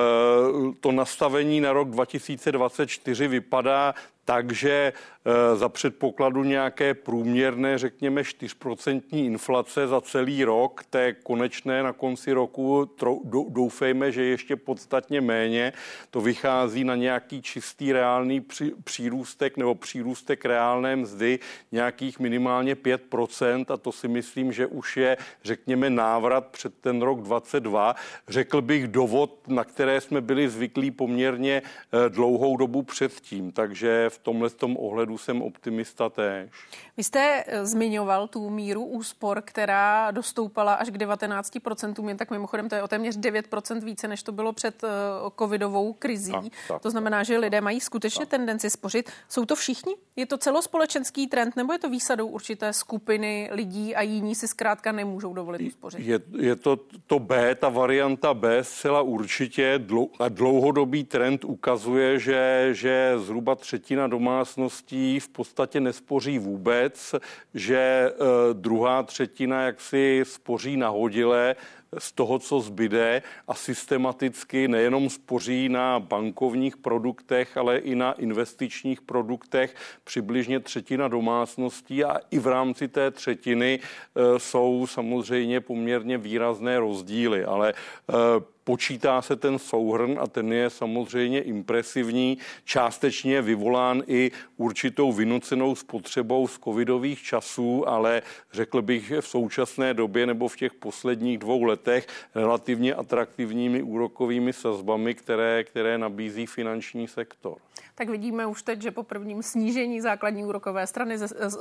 To nastavení na rok dva tisíce dvacet čtyři vypadá takže za předpokladu nějaké průměrné, řekněme, čtyřprocentní inflace za celý rok, té konečné na konci roku, doufejme, že ještě podstatně méně, to vychází na nějaký čistý reálný přírůstek nebo přírůstek reálné mzdy nějakých minimálně pět procent a to si myslím, že už je, řekněme, návrat před ten rok dvacet dva. Řekl bych dovod, na které jsme byli zvyklí poměrně dlouhou dobu předtím, takže v tomhle tom ohledu jsem optimista též. Vy jste zmiňoval tu míru úspor, která dostoupala až k devatenáct procent, jen tak mimochodem to je o téměř devět procent více, než to bylo před uh, covidovou krizí. Tak, tak, to znamená, že lidé mají skutečně tak. tendenci spořit. Jsou to všichni? Je to celospolečenský trend, nebo je to výsadou určité skupiny lidí a jiní si zkrátka nemůžou dovolit uspořit? Je, je to to B, ta varianta B zcela určitě dlou, a dlouhodobý trend ukazuje, že, že zhruba třetina domácností v podstatě nespoří vůbec, že uh, druhá třetina jaksi spoří nahodile z toho, co zbyde a systematicky nejenom spoří na bankovních produktech, ale i na investičních produktech přibližně třetina domácností a i v rámci té třetiny uh, jsou samozřejmě poměrně výrazné rozdíly, ale uh, počítá se ten souhrn a ten je samozřejmě impresivní, částečně vyvolán i určitou vynucenou spotřebou z covidových časů, ale řekl bych, že v současné době nebo v těch posledních dvou letech relativně atraktivními úrokovými sazbami, které, které nabízí finanční sektor. Tak vidíme už teď, že po prvním snížení základní úrokové strany,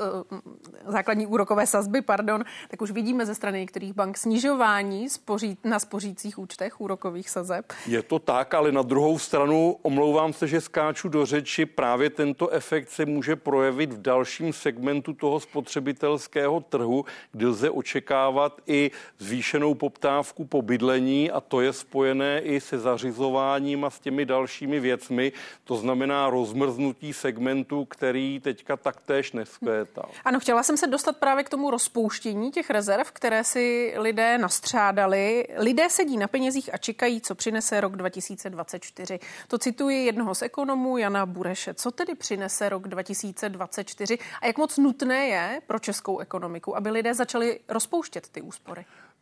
základní úrokové sazby, pardon, tak už vidíme ze strany některých bank snižování spoří, na spořících účtech úrokových sazeb. Je to tak, ale na druhou stranu, omlouvám se, že skáču do řeči, právě tento efekt se může projevit v dalším segmentu toho spotřebitelského trhu, kde lze očekávat i zvýšenou poptávku po bydlení a to je spojené i se zařizováním a s těmi dalšími věcmi. To znamená rozmrznutí segmentu, který teďka taktéž neskvétal. Ano, chtěla jsem se dostat právě k tomu rozpouštění těch rezerv, které si lidé nastřádali. Lidé sedí na penězích a čekají, co přinese rok dva tisíce dvacet čtyři. To cituji jednoho z ekonomů, Jana Bureše. Co tedy přinese rok dva tisíce dvacet čtyři a jak moc nutné je pro českou ekonomiku, aby lidé začali rozpouštět ty úspory?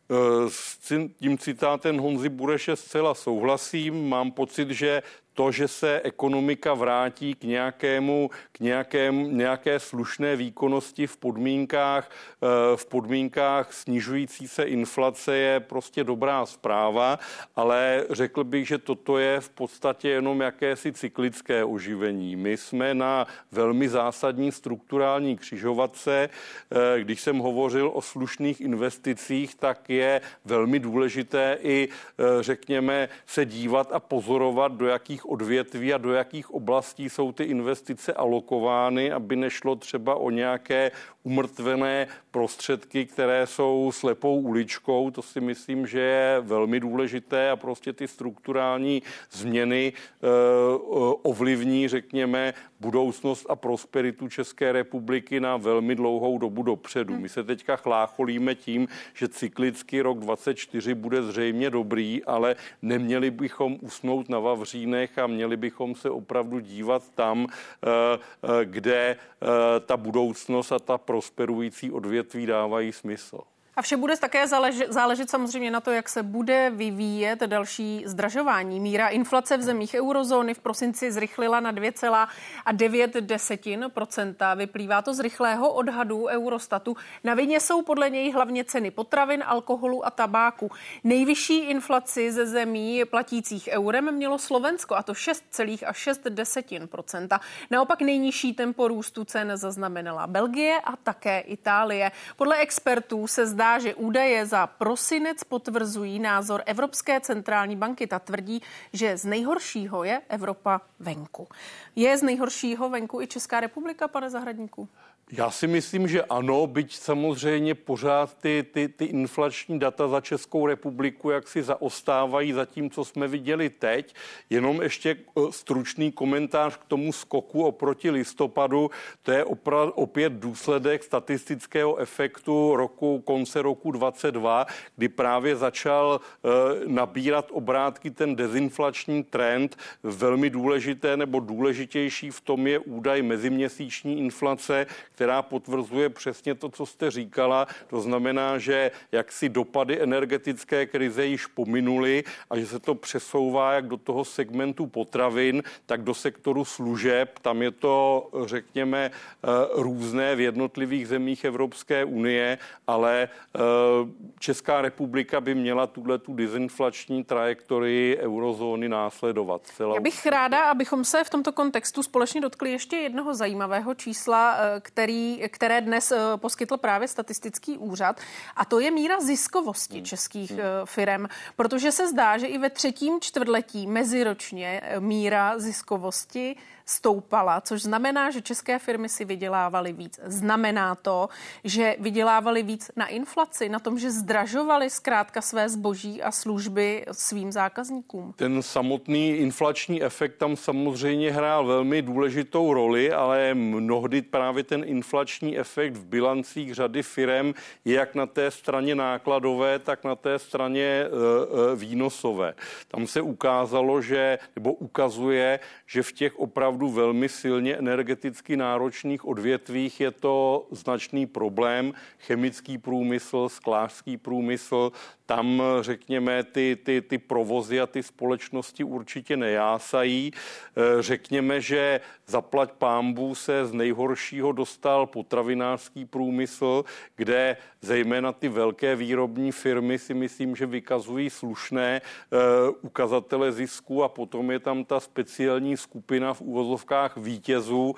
S tím citátem Honzy Bureše zcela souhlasím. Mám pocit, že to, že se ekonomika vrátí k nějakému, k nějakému, nějaké slušné výkonnosti v podmínkách, v podmínkách snižující se inflace je prostě dobrá zpráva, ale řekl bych, že toto je v podstatě jenom jakési cyklické oživení. My jsme na velmi zásadní strukturální křižovatce. Když jsem hovořil o slušných investicích, tak je velmi důležité i, řekněme, se dívat a pozorovat, do jakých odvětví a do jakých oblastí jsou ty investice alokovány, aby nešlo třeba o nějaké umrtvené prostředky, které jsou slepou uličkou. To si myslím, že je velmi důležité a prostě ty strukturální změny e, ovlivní, řekněme, budoucnost a prosperitu České republiky na velmi dlouhou dobu dopředu. My se teďka chlácholíme tím, že cyklicky rok dvacet čtyři bude zřejmě dobrý, ale neměli bychom usnout na vavřínech a měli bychom se opravdu dívat tam, kde ta budoucnost a ta prosperující odvětví dávají smysl. A vše bude také záležet, záležet samozřejmě na to, jak se bude vyvíjet další zdražování. Míra inflace v zemích eurozóny v prosinci zrychlila na dvě celá devět procenta. Vyplývá to z rychlého odhadu Eurostatu. Na vině jsou podle něj hlavně ceny potravin, alkoholu a tabáku. Nejvyšší inflaci ze zemí platících eurem mělo Slovensko, a to šest celá šest procenta. Naopak nejnižší tempo růstu cen zaznamenala Belgie a také Itálie. Podle expertů se zdá, že údaje za prosinec potvrzují názor Evropské centrální banky. Ta tvrdí, že z nejhoršího je Evropa venku. Je z nejhoršího venku i Česká republika, pane Zahradníku? Já si myslím, že ano, byť samozřejmě pořád ty, ty, ty inflační data za Českou republiku jaksi zaostávají za tím, co jsme viděli teď. Jenom ještě stručný komentář k tomu skoku oproti listopadu. To je opra- opět důsledek statistického efektu roku, konce roku dvacet dva, kdy právě začal e, nabírat obrátky ten dezinflační trend. Velmi důležité nebo důležitější v tom je údaj meziměsíční inflace, která potvrzuje přesně to, co jste říkala. To znamená, že jaksi dopady energetické krize již pominuly a že se to přesouvá jak do toho segmentu potravin, tak do sektoru služeb. Tam je to, řekněme, různé v jednotlivých zemích Evropské unie, ale Česká republika by měla tuhletu dezinflační trajektorii eurozóny následovat. Já bych ráda, abychom se v tomto kontextu společně dotkli ještě jednoho zajímavého čísla, který který, které dnes poskytl právě statistický úřad, a to je míra ziskovosti českých firem, protože se zdá, že i ve třetím čtvrtletí meziročně míra ziskovosti stoupala, což znamená, že české firmy si vydělávaly víc. Znamená to, že vydělávaly víc na inflaci, na tom, že zdražovaly zkrátka své zboží a služby svým zákazníkům. Ten samotný inflační efekt tam samozřejmě hrál velmi důležitou roli, ale mnohdy právě ten inflační efekt v bilancích řady firem je jak na té straně nákladové, tak na té straně e, e, výnosové. Tam se ukázalo, že, nebo ukazuje, že v těch opravdu velmi silně energeticky náročných odvětvích je to značný problém. Chemický průmysl, sklářský průmysl, Tam, řekněme, ty, ty, ty provozy a ty společnosti určitě nejásají. Řekněme, že zaplať pánbů se z nejhoršího dostal potravinářský průmysl, kde zejména ty velké výrobní firmy si myslím, že vykazují slušné ukazatele zisku a potom je tam ta speciální skupina v uvozovkách vítězů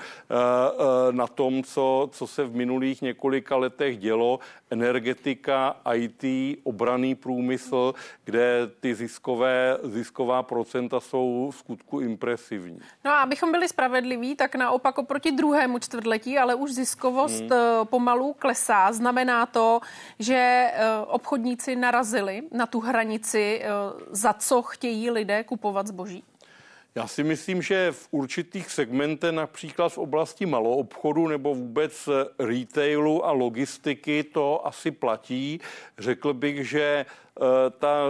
na tom, co, co se v minulých několika letech dělo. Energetika, í té, obranný průmysl, kde ty ziskové, zisková procenta jsou v skutku impresivní. No a abychom byli spravedliví, tak naopak oproti druhému čtvrtletí, ale už ziskovost hmm. pomalu klesá. Znamená to, že obchodníci narazili na tu hranici, za co chtějí lidé kupovat zboží? Já si myslím, že v určitých segmentech, například v oblasti maloobchodu nebo vůbec retailu a logistiky, to asi platí. Řekl bych, že ta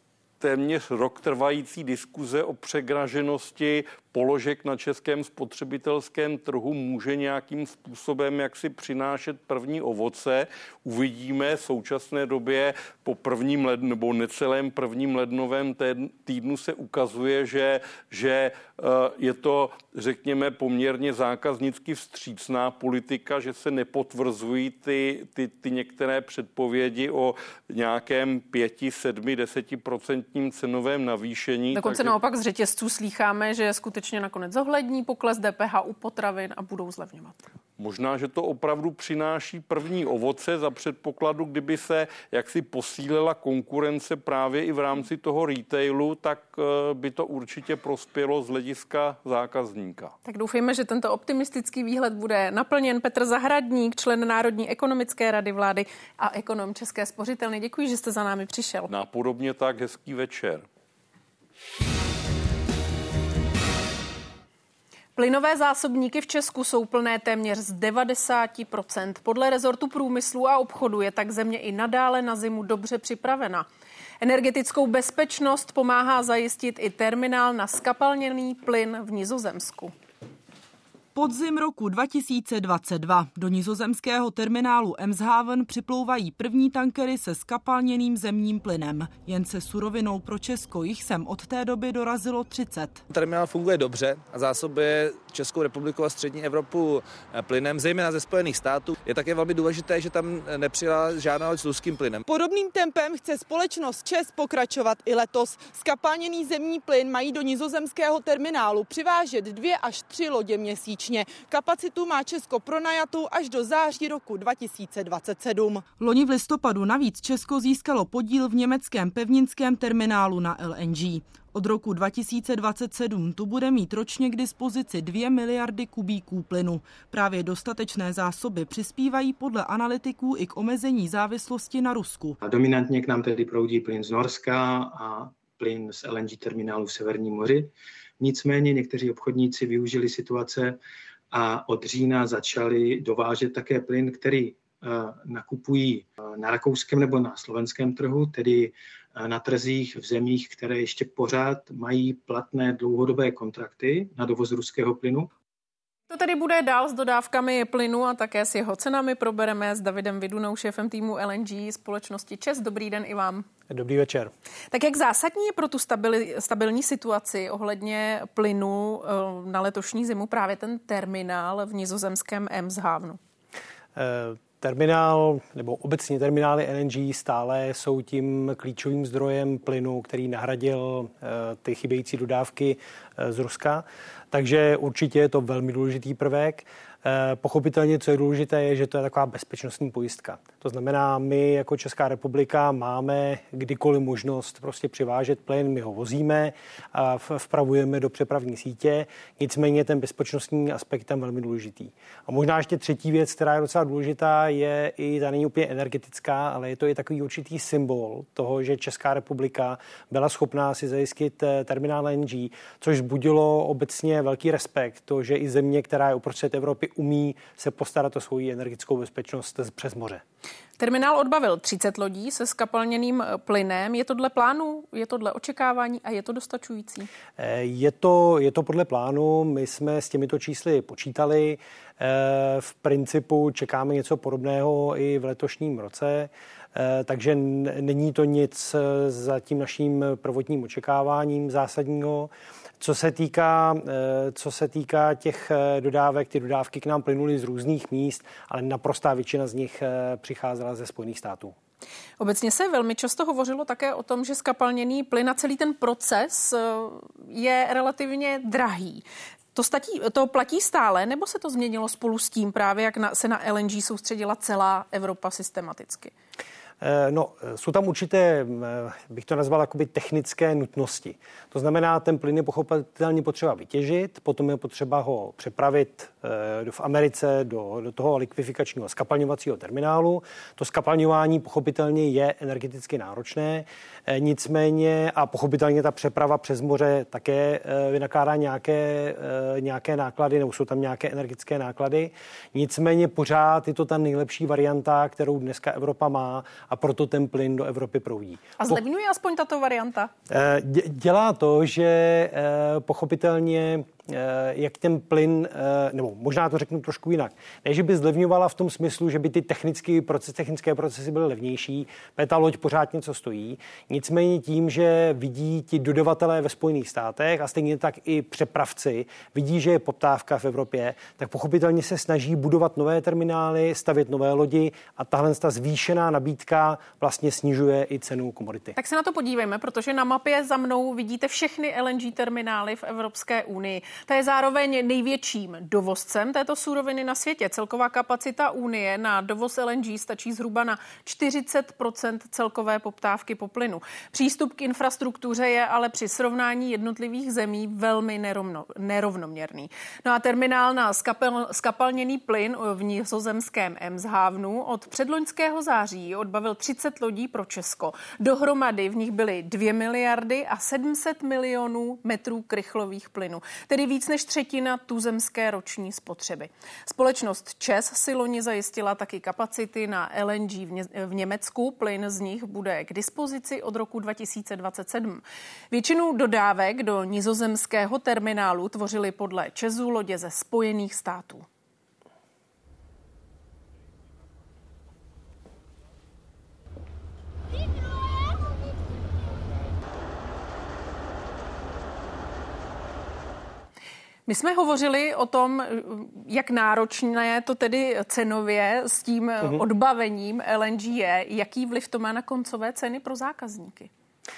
téměř rok trvající diskuze o přegraženosti položek na českém spotřebitelském trhu může nějakým způsobem jaksi přinášet první ovoce. Uvidíme v současné době po prvním lednu, nebo necelém prvním lednovém týdnu se ukazuje, že, že je to, řekněme, poměrně zákaznicky vstřícná politika, že se nepotvrzují ty, ty, ty některé předpovědi o nějakém pěti, sedmi, desetiprocentním cenovém navýšení. Dokonce takže naopak z řetězců slýcháme, že skutečně nakonec zohlední pokles D P H u potravin a budou zlevňovat. Možná, že to opravdu přináší první ovoce za předpokladu, kdyby se jaksi posílila konkurence právě i v rámci toho retailu, tak by to určitě prospělo z hlediska zákazníka. Tak doufejme, že tento optimistický výhled bude naplněn. Petr Zahradník, člen Národní ekonomické rady vlády a ekonom České spořitelny. Děkuji, že jste za námi přišel. Napodobně tak, hezký večer. Plynové zásobníky v Česku jsou plné téměř z devadesát procent. Podle rezortu průmyslu a obchodu je tak země i nadále na zimu dobře připravena. Energetickou bezpečnost pomáhá zajistit i terminál na zkapalněný plyn v Nizozemsku. Podzim roku dva tisíce dvacet dva. Do nizozemského terminálu Eemshaven připlouvají první tankery se zkapalněným zemním plynem. Jen se surovinou pro Česko jich sem od té doby dorazilo třicet. Terminál funguje dobře a zásobuje Českou republiku a střední Evropu plynem, zejména ze Spojených států. Je také velmi důležité, že tam nepřijela žádná loď s ruským plynem. Podobným tempem chce společnost ČEZ pokračovat i letos. Zkapalněný zemní plyn mají do nizozemského terminálu přivážet dvě až tři lodě měsíčně. Kapacitu má Česko pronajatou až do září roku dva tisíce dvacet sedm. Loni v listopadu navíc Česko získalo podíl v německém pevninském terminálu na L N G. Od roku dva tisíce dvacet sedm tu bude mít ročně k dispozici dvě miliardy kubíků plynu. Právě dostatečné zásoby přispívají podle analytiků i k omezení závislosti na Rusku. A dominantně k nám tedy proudí plyn z Norska a plyn z L N G terminálu v Severním moři. Nicméně někteří obchodníci využili situace a od října začali dovážet také plyn, který nakupují na rakouském nebo na slovenském trhu, tedy na trzích v zemích, které ještě pořád mají platné dlouhodobé kontrakty na dovoz ruského plynu. To tedy bude dál s dodávkami plynu a také s jeho cenami. Probereme s Davidem Vidunou, šéfem týmu L N G společnosti ČEZ. Dobrý den i vám. Dobrý večer. Tak jak zásadní je pro tu stabili, stabilní situaci ohledně plynu na letošní zimu právě ten terminál v nizozemském Eemshavenu? Eh... Terminál nebo obecně terminály L N G stále jsou tím klíčovým zdrojem plynu, který nahradil ty chybějící dodávky z Ruska. Takže určitě je to velmi důležitý prvek. Pochopitelně, co je důležité, je, že to je taková bezpečnostní pojistka. To znamená, my jako Česká republika máme kdykoliv možnost prostě přivážet plyn, my ho vozíme a vpravujeme do přepravní sítě, nicméně ten bezpečnostní aspekt tam velmi důležitý. A možná ještě třetí věc, která je docela důležitá, je i, ta není úplně energetická, ale je to i takový určitý symbol toho, že Česká republika byla schopná si zajistit terminál L N G, což vzbudilo obecně poměrně velký respekt, to, že i země, která je uprostřed Evropy, umí se postarat o svou energetickou bezpečnost přes moře. Terminál odbavil třicet lodí se skapalněným plynem. Je to dle plánu, je to dle očekávání a je to dostačující? Je to, je to podle plánu. My jsme s těmito čísly počítali. V principu čekáme něco podobného i v letošním roce. Takže není to nic za tím naším prvotním očekáváním zásadního. Co se týká, co se týká těch dodávek, ty dodávky k nám plynuly z různých míst, ale naprostá většina z nich přicházela ze Spojených států. Obecně se velmi často hovořilo také o tom, že skapalněný plyn a celý ten proces je relativně drahý. To, statí, to platí stále, nebo se to změnilo spolu s tím právě, jak na, se na L N G soustředila celá Evropa systematicky? No, jsou tam určité, bych to nazval, jakoby technické nutnosti. To znamená, ten plyn je pochopitelně potřeba vytěžit, potom je potřeba ho přepravit v Americe do, do toho likvifikačního skapalňovacího terminálu. To skapalňování pochopitelně je energeticky náročné, nicméně a pochopitelně ta přeprava přes moře také vynakládá nějaké, nějaké náklady, nebo jsou tam nějaké energetické náklady. Nicméně pořád je to ta nejlepší varianta, kterou dneska Evropa má, a proto ten plyn do Evropy proudí. A zlevňuje aspoň tato varianta? Dělá to, že pochopitelně jak ten plyn, nebo možná to řeknu trošku jinak, ne, že by zlevňovala v tom smyslu, že by ty technické procesy, technické procesy byly levnější, ta loď pořád něco stojí, nicméně tím, že vidí ti dodavatelé ve Spojených státech a stejně tak i přepravci, vidí, že je poptávka v Evropě, tak pochopitelně se snaží budovat nové terminály, stavět nové lodi a tahle ta zvýšená nabídka vlastně snižuje i cenu komodity. Tak se na to podívejme, protože na mapě za mnou vidíte všechny L N G terminály v Evropské unii. To je zároveň největším dovozcem této suroviny na světě. Celková kapacita Unie na dovoz L N G stačí zhruba na čtyřicet procent celkové poptávky po plynu. Přístup k infrastruktuře je ale při srovnání jednotlivých zemí velmi nerovno, nerovnoměrný. No a terminál na skapel, skapalněný plyn v nizozemském Eemshavenu od předloňského září odbavil třicet lodí pro Česko. Dohromady v nich byly dvě miliardy a sedm set milionů metrů krychlových plynů, tedy víc než třetina tuzemské roční spotřeby. Společnost ČEZ si loni zajistila taky kapacity na L N G v, Ně- v Německu. Plyn z nich bude k dispozici od roku dva tisíce dvacet sedm. Většinu dodávek do nizozemského terminálu tvořily podle ČEZu lodě ze Spojených států. My jsme hovořili o tom, jak náročné to tedy cenově s tím uhum. odbavením L N G je. Jaký vliv to má na koncové ceny pro zákazníky?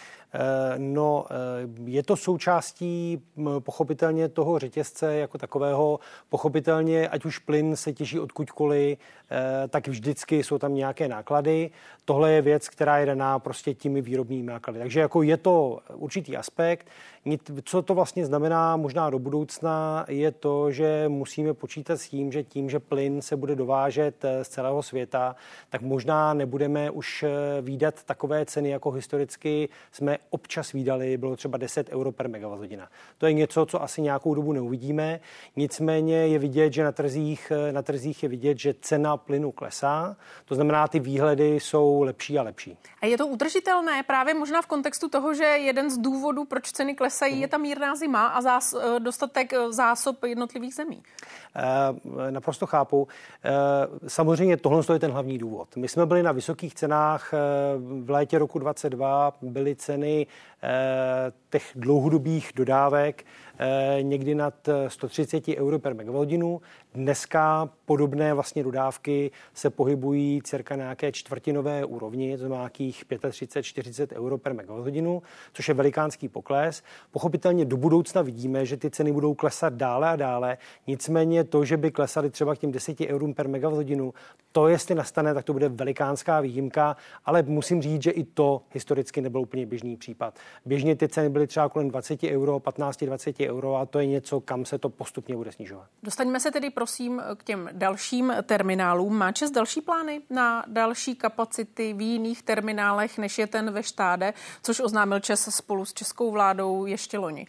No, je to součástí pochopitelně toho řetězce jako takového. Pochopitelně, ať už plyn se těží odkudkoliv, tak vždycky jsou tam nějaké náklady. Tohle je věc, která je daná prostě těmi výrobními náklady. Takže jako je to určitý aspekt. Co to vlastně znamená možná do budoucna, je to, že musíme počítat s tím, že tím, že plyn se bude dovážet z celého světa, tak možná nebudeme už vídat takové ceny, jako historicky jsme občas vídali, bylo třeba deset euro per megawatthodina. To je něco, co asi nějakou dobu neuvidíme. Nicméně je vidět, že na trzích, na trzích je vidět, že cena plynu klesá. To znamená, ty výhledy jsou lepší a lepší. A je to udržitelné právě možná v kontextu toho, že jeden z důvodů, proč ceny klesají, je ta mírná zima a zás, dostatek zásob jednotlivých zemí? E, naprosto chápu. E, samozřejmě tohle je ten hlavní důvod. My jsme byli na vysokých cenách v létě roku dvacet dva, byly ceny e, těch dlouhodobých dodávek e, někdy nad sto třicet euro per megawatthodinu. Dneska podobné vlastně dodávky se pohybují cirka na nějaké čtvrtinové úrovni, to má nějakých třicet pět čtyřicet euro per megawatthodinu, což je velikánský pokles. Pochopitelně do budoucna vidíme, že ty ceny budou klesat dále a dále. Nicméně to, že by klesaly třeba k těm deseti eurům per megawatthodinu, to jestli nastane, tak to bude velikánská výjimka, ale musím říct, že i to historicky nebyl úplně běžný případ. Běžně ty ceny byly třeba kolem dvacet euro, patnáct dvacet euro a to je něco, kam se to postupně bude snižovat. Dostaňme se tedy prosím k těm dalším terminálům. Má ČEZ další plány na další kapacity v jiných terminálech, než je ten ve Štáde, což oznámil ČEZ spolu s českou vládou ještě loni?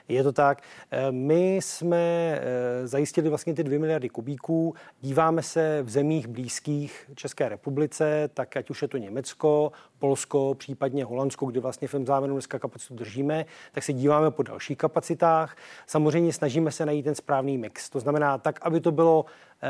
Je to tak. My jsme zajistili vlastně ty dvě miliardy kubíků. Díváme se v zemích blízkých České republice, tak ať už je to Německo, Polsko, případně Holandsko, kde vlastně v závěru dneska kapacitu držíme, tak se díváme po dalších kapacitách. Samozřejmě snažíme se najít ten správný mix. To znamená tak, aby to bylo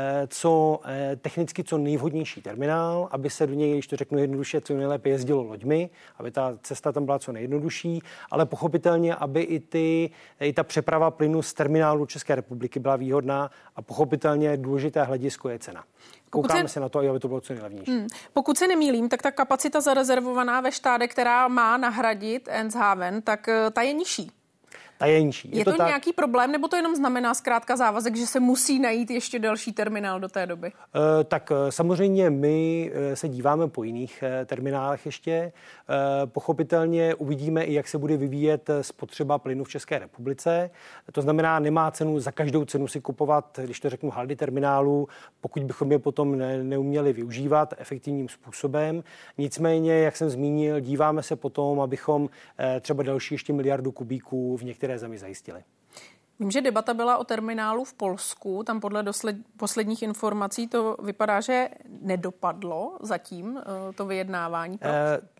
co technicky co nejvhodnější terminál, aby se do něj, když to řeknu jednoduše, co nejlépe jezdilo loďmi, aby ta cesta tam byla co nejjednodušší, ale pochopitelně, aby i, ty, i ta přeprava plynu z terminálu České republiky byla výhodná a pochopitelně důležité hledisko je cena. Koukáme se, se na to, aby to bylo co nejlevnější. Hmm. Pokud se nemýlím, tak ta kapacita zarezervovaná ve Štádě, která má nahradit Eemshaven, tak ta je nižší. Ta je nižší. Je, je to, to tak... nějaký problém, nebo to jenom znamená zkrátka závazek, že se musí najít ještě další terminál do té doby? E, tak samozřejmě my se díváme po jiných terminálech ještě. E, pochopitelně uvidíme i, jak se bude vyvíjet spotřeba plynu v České republice. To znamená, nemá cenu za každou cenu si kupovat, když to řeknu, haldy terminálů, pokud bychom je potom ne, neuměli využívat efektivním způsobem. Nicméně, jak jsem zmínil, díváme se potom, abychom třeba další ještě miliardu kubíků v některé zemi zajistili. Vím, že debata byla o terminálu v Polsku. Tam podle dosled, posledních informací to vypadá, že nedopadlo zatím to vyjednávání. Proč?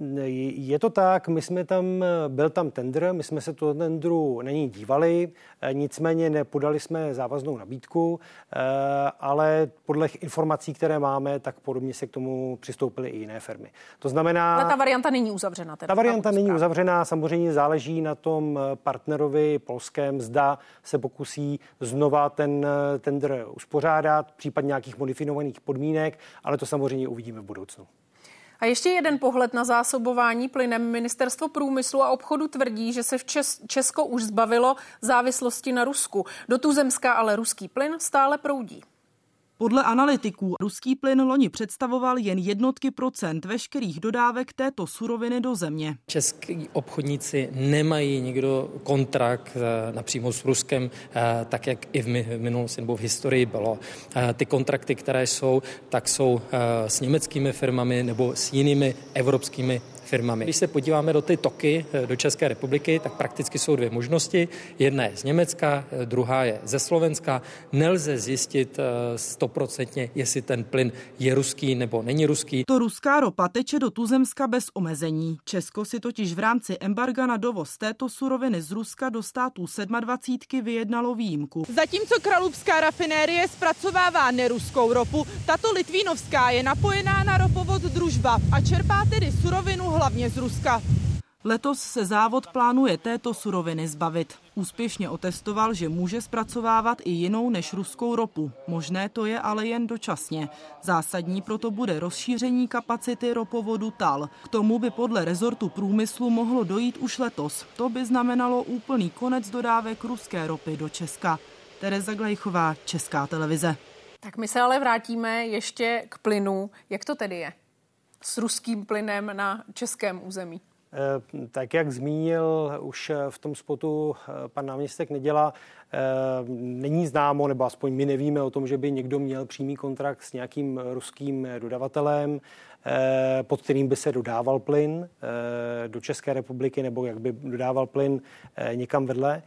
Je to tak, my jsme tam, byl tam tendr, my jsme se toho tendru na něj dívali, nicméně nepodali jsme závaznou nabídku, ale podle informací, které máme, tak podobně se k tomu přistoupily i jiné firmy. To znamená... Ale ta varianta není uzavřena. Ta varianta není uzavřená, samozřejmě záleží na tom partnerovi polském, zda se pokusí znova ten tendr uspořádat, případně nějakých modifikovaných podmínek, ale to samozřejmě uvidíme v budoucnu. A ještě jeden pohled na zásobování plynem. Ministerstvo průmyslu a obchodu tvrdí, že se v Čes- Česko už zbavilo závislosti na Rusku. Do tuzemska ale ruský plyn stále proudí. Podle analytiků ruský plyn loni představoval jen jednotky procent veškerých dodávek této suroviny do země. Český obchodníci nemají nikdo kontrakt napřímo s Ruskem, tak jak i v minulosti nebo v historii bylo. Ty kontrakty, které jsou, tak jsou s německými firmami nebo s jinými evropskými firmami. Když se podíváme do ty toky do České republiky, tak prakticky jsou dvě možnosti. Jedna je z Německa, druhá je ze Slovenska. Nelze zjistit stoprocentně, jestli ten plyn je ruský nebo není ruský. To ruská ropa teče do tuzemska bez omezení. Česko si totiž v rámci embarga na dovoz této suroviny z Ruska do států sedmadvacítky vyjednalo výjimku. Zatímco Kralupská rafinérie zpracovává neruskou ropu, tato litvínovská je napojená na ropovod Družba a čerpá tedy surovinu hlavně z Ruska. Letos se závod plánuje této suroviny zbavit. Úspěšně otestoval, že může zpracovávat i jinou než ruskou ropu. Možné to je ale jen dočasně. Zásadní proto bude rozšíření kapacity ropovodu TAL. K tomu by podle rezortu průmyslu mohlo dojít už letos. To by znamenalo úplný konec dodávek ruské ropy do Česka. Tereza Glejchová, Česká televize. Tak my se ale vrátíme ještě k plynu. Jak to tedy je s ruským plynem na českém území? Tak jak zmínil už v tom spotu pan náměstek Neděla, není známo, nebo aspoň my nevíme o tom, že by někdo měl přímý kontrakt s nějakým ruským dodavatelem, pod kterým by se dodával plyn do České republiky, nebo jak by dodával plyn někam vedle.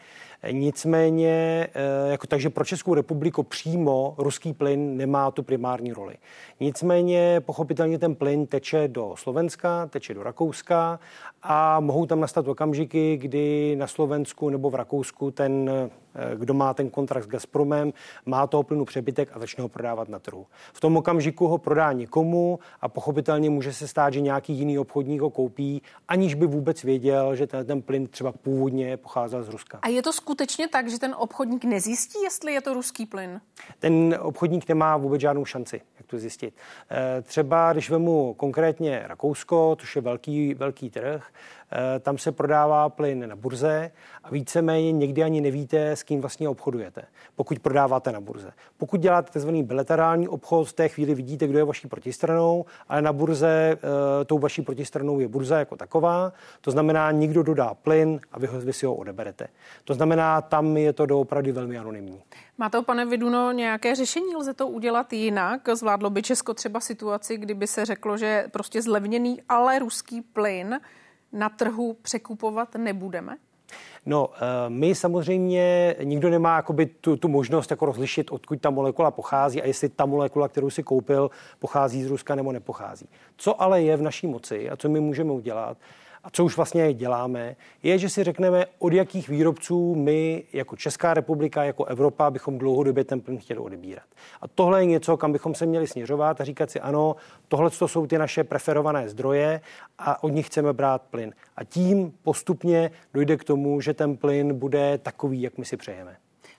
Nicméně, jako takže pro Českou republiku přímo ruský plyn nemá tu primární roli. Nicméně pochopitelně ten plyn teče do Slovenska, teče do Rakouska a mohou tam nastat okamžiky, kdy na Slovensku nebo v Rakousku ten, kdo má ten kontrakt s Gazpromem, má toho plynu přebytek a začne ho prodávat na trhu. V tom okamžiku ho prodá někomu a pochopitelně může se stát, že nějaký jiný obchodník ho koupí, aniž by vůbec věděl, že ten, ten plyn třeba původně pocházel z Ruska. A je to skutečně tak, že ten obchodník nezjistí, jestli je to ruský plyn? Ten obchodník nemá vůbec žádnou šanci, jak to zjistit. Třeba když vemu konkrétně Rakousko, což je velký, velký trh, tam se prodává plyn na burze a víceméně někdy ani nevíte, s kým vlastně obchodujete, pokud prodáváte na burze. Pokud děláte tzv. Bilaterální obchod, v té chvíli vidíte, kdo je vaší protistranou, ale na burze tou vaší protistranou je burza jako taková. To znamená, někdo dodá plyn a vy, ho, vy si ho odeberete. To znamená, tam je to doopravdy velmi anonymní. Má to, pane Viduno, nějaké řešení? Lze to udělat jinak? Zvládlo by Česko třeba situaci, kdyby se řeklo, že prostě zlevněný, ale ruský plyn na trhu překupovat nebudeme? No, my samozřejmě, nikdo nemá jakoby tu, tu možnost jako rozlišit, odkud ta molekula pochází a jestli ta molekula, kterou si koupil, pochází z Ruska nebo nepochází. Co ale je v naší moci a co my můžeme udělat, a co už vlastně děláme, je, že si řekneme, od jakých výrobců my jako Česká republika, jako Evropa bychom dlouhodobě ten plyn chtěli odebírat. A tohle je něco, kam bychom se měli směřovat a říkat si, ano, tohle jsou ty naše preferované zdroje a od nich chceme brát plyn. A tím postupně dojde k tomu, že ten plyn bude takový, jak my si přejeme.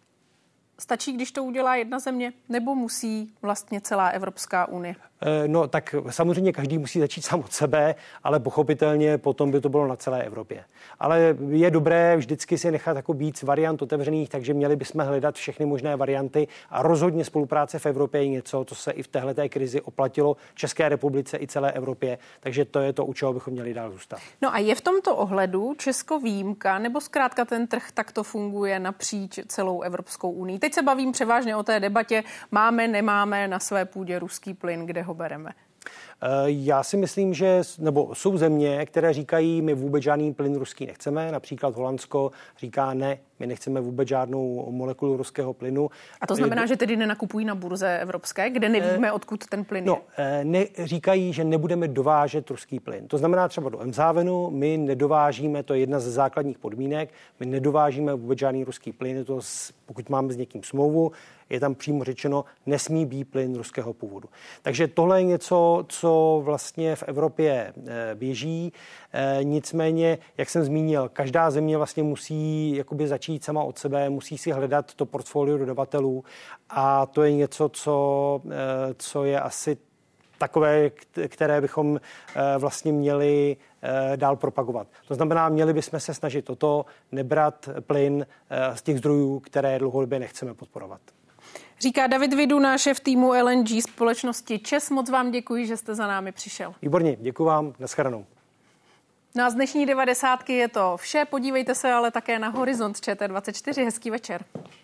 Stačí, když to udělá jedna země, nebo musí vlastně celá Evropská unie? No tak samozřejmě každý musí začít sám od sebe, ale pochopitelně potom by to bylo na celé Evropě. Ale je dobré vždycky si nechat jako víc variant otevřených, takže měli bychom hledat všechny možné varianty a rozhodně spolupráce v Evropě je něco, co se i v téhleté krizi oplatilo České republice i celé Evropě, takže to je to, u čeho bychom měli dál zůstat. No a je v tomto ohledu Česko výjimka, nebo zkrátka ten trh takto funguje napříč celou Evropskou unii? Teď se bavím převážně o té debatě, máme, nemáme na své půdě ruský plyn, kde ho bereme. Já si myslím, že nebo jsou země, které říkají, my vůbec žádný plyn ruský nechceme. Například Holandsko říká, ne, my nechceme vůbec žádnou molekulu ruského plynu. A to znamená, že tedy nenakupují na burze evropské, kde nevíme, odkud ten plyn no, je? Ne, říkají, že nebudeme dovážet ruský plyn. To znamená třeba do Emzávenu, my nedovážíme, to je jedna ze základních podmínek, my nedovážíme vůbec žádný ruský plyn, to pokud máme s někým smlouvu, je tam přímo řečeno, nesmí být plyn ruského původu. Takže tohle je něco, co vlastně v Evropě běží. Nicméně, jak jsem zmínil, každá země vlastně musí jakoby začít sama od sebe, musí si hledat to portfolio dodavatelů a to je něco, co, co je asi takové, které bychom vlastně měli dál propagovat. To znamená, měli bychom se snažit o to nebrat plyn z těch zdrojů, které dlouhodobě nechceme podporovat. Říká David Viduna, šéf týmu L N G společnosti ČEZ. Moc vám děkuji, že jste za námi přišel. Výborně, děkuji vám, nashledanou. No a z dnešní devadesátky je to vše. Podívejte se ale také na Horizont Č T dvacet čtyři. Hezký večer.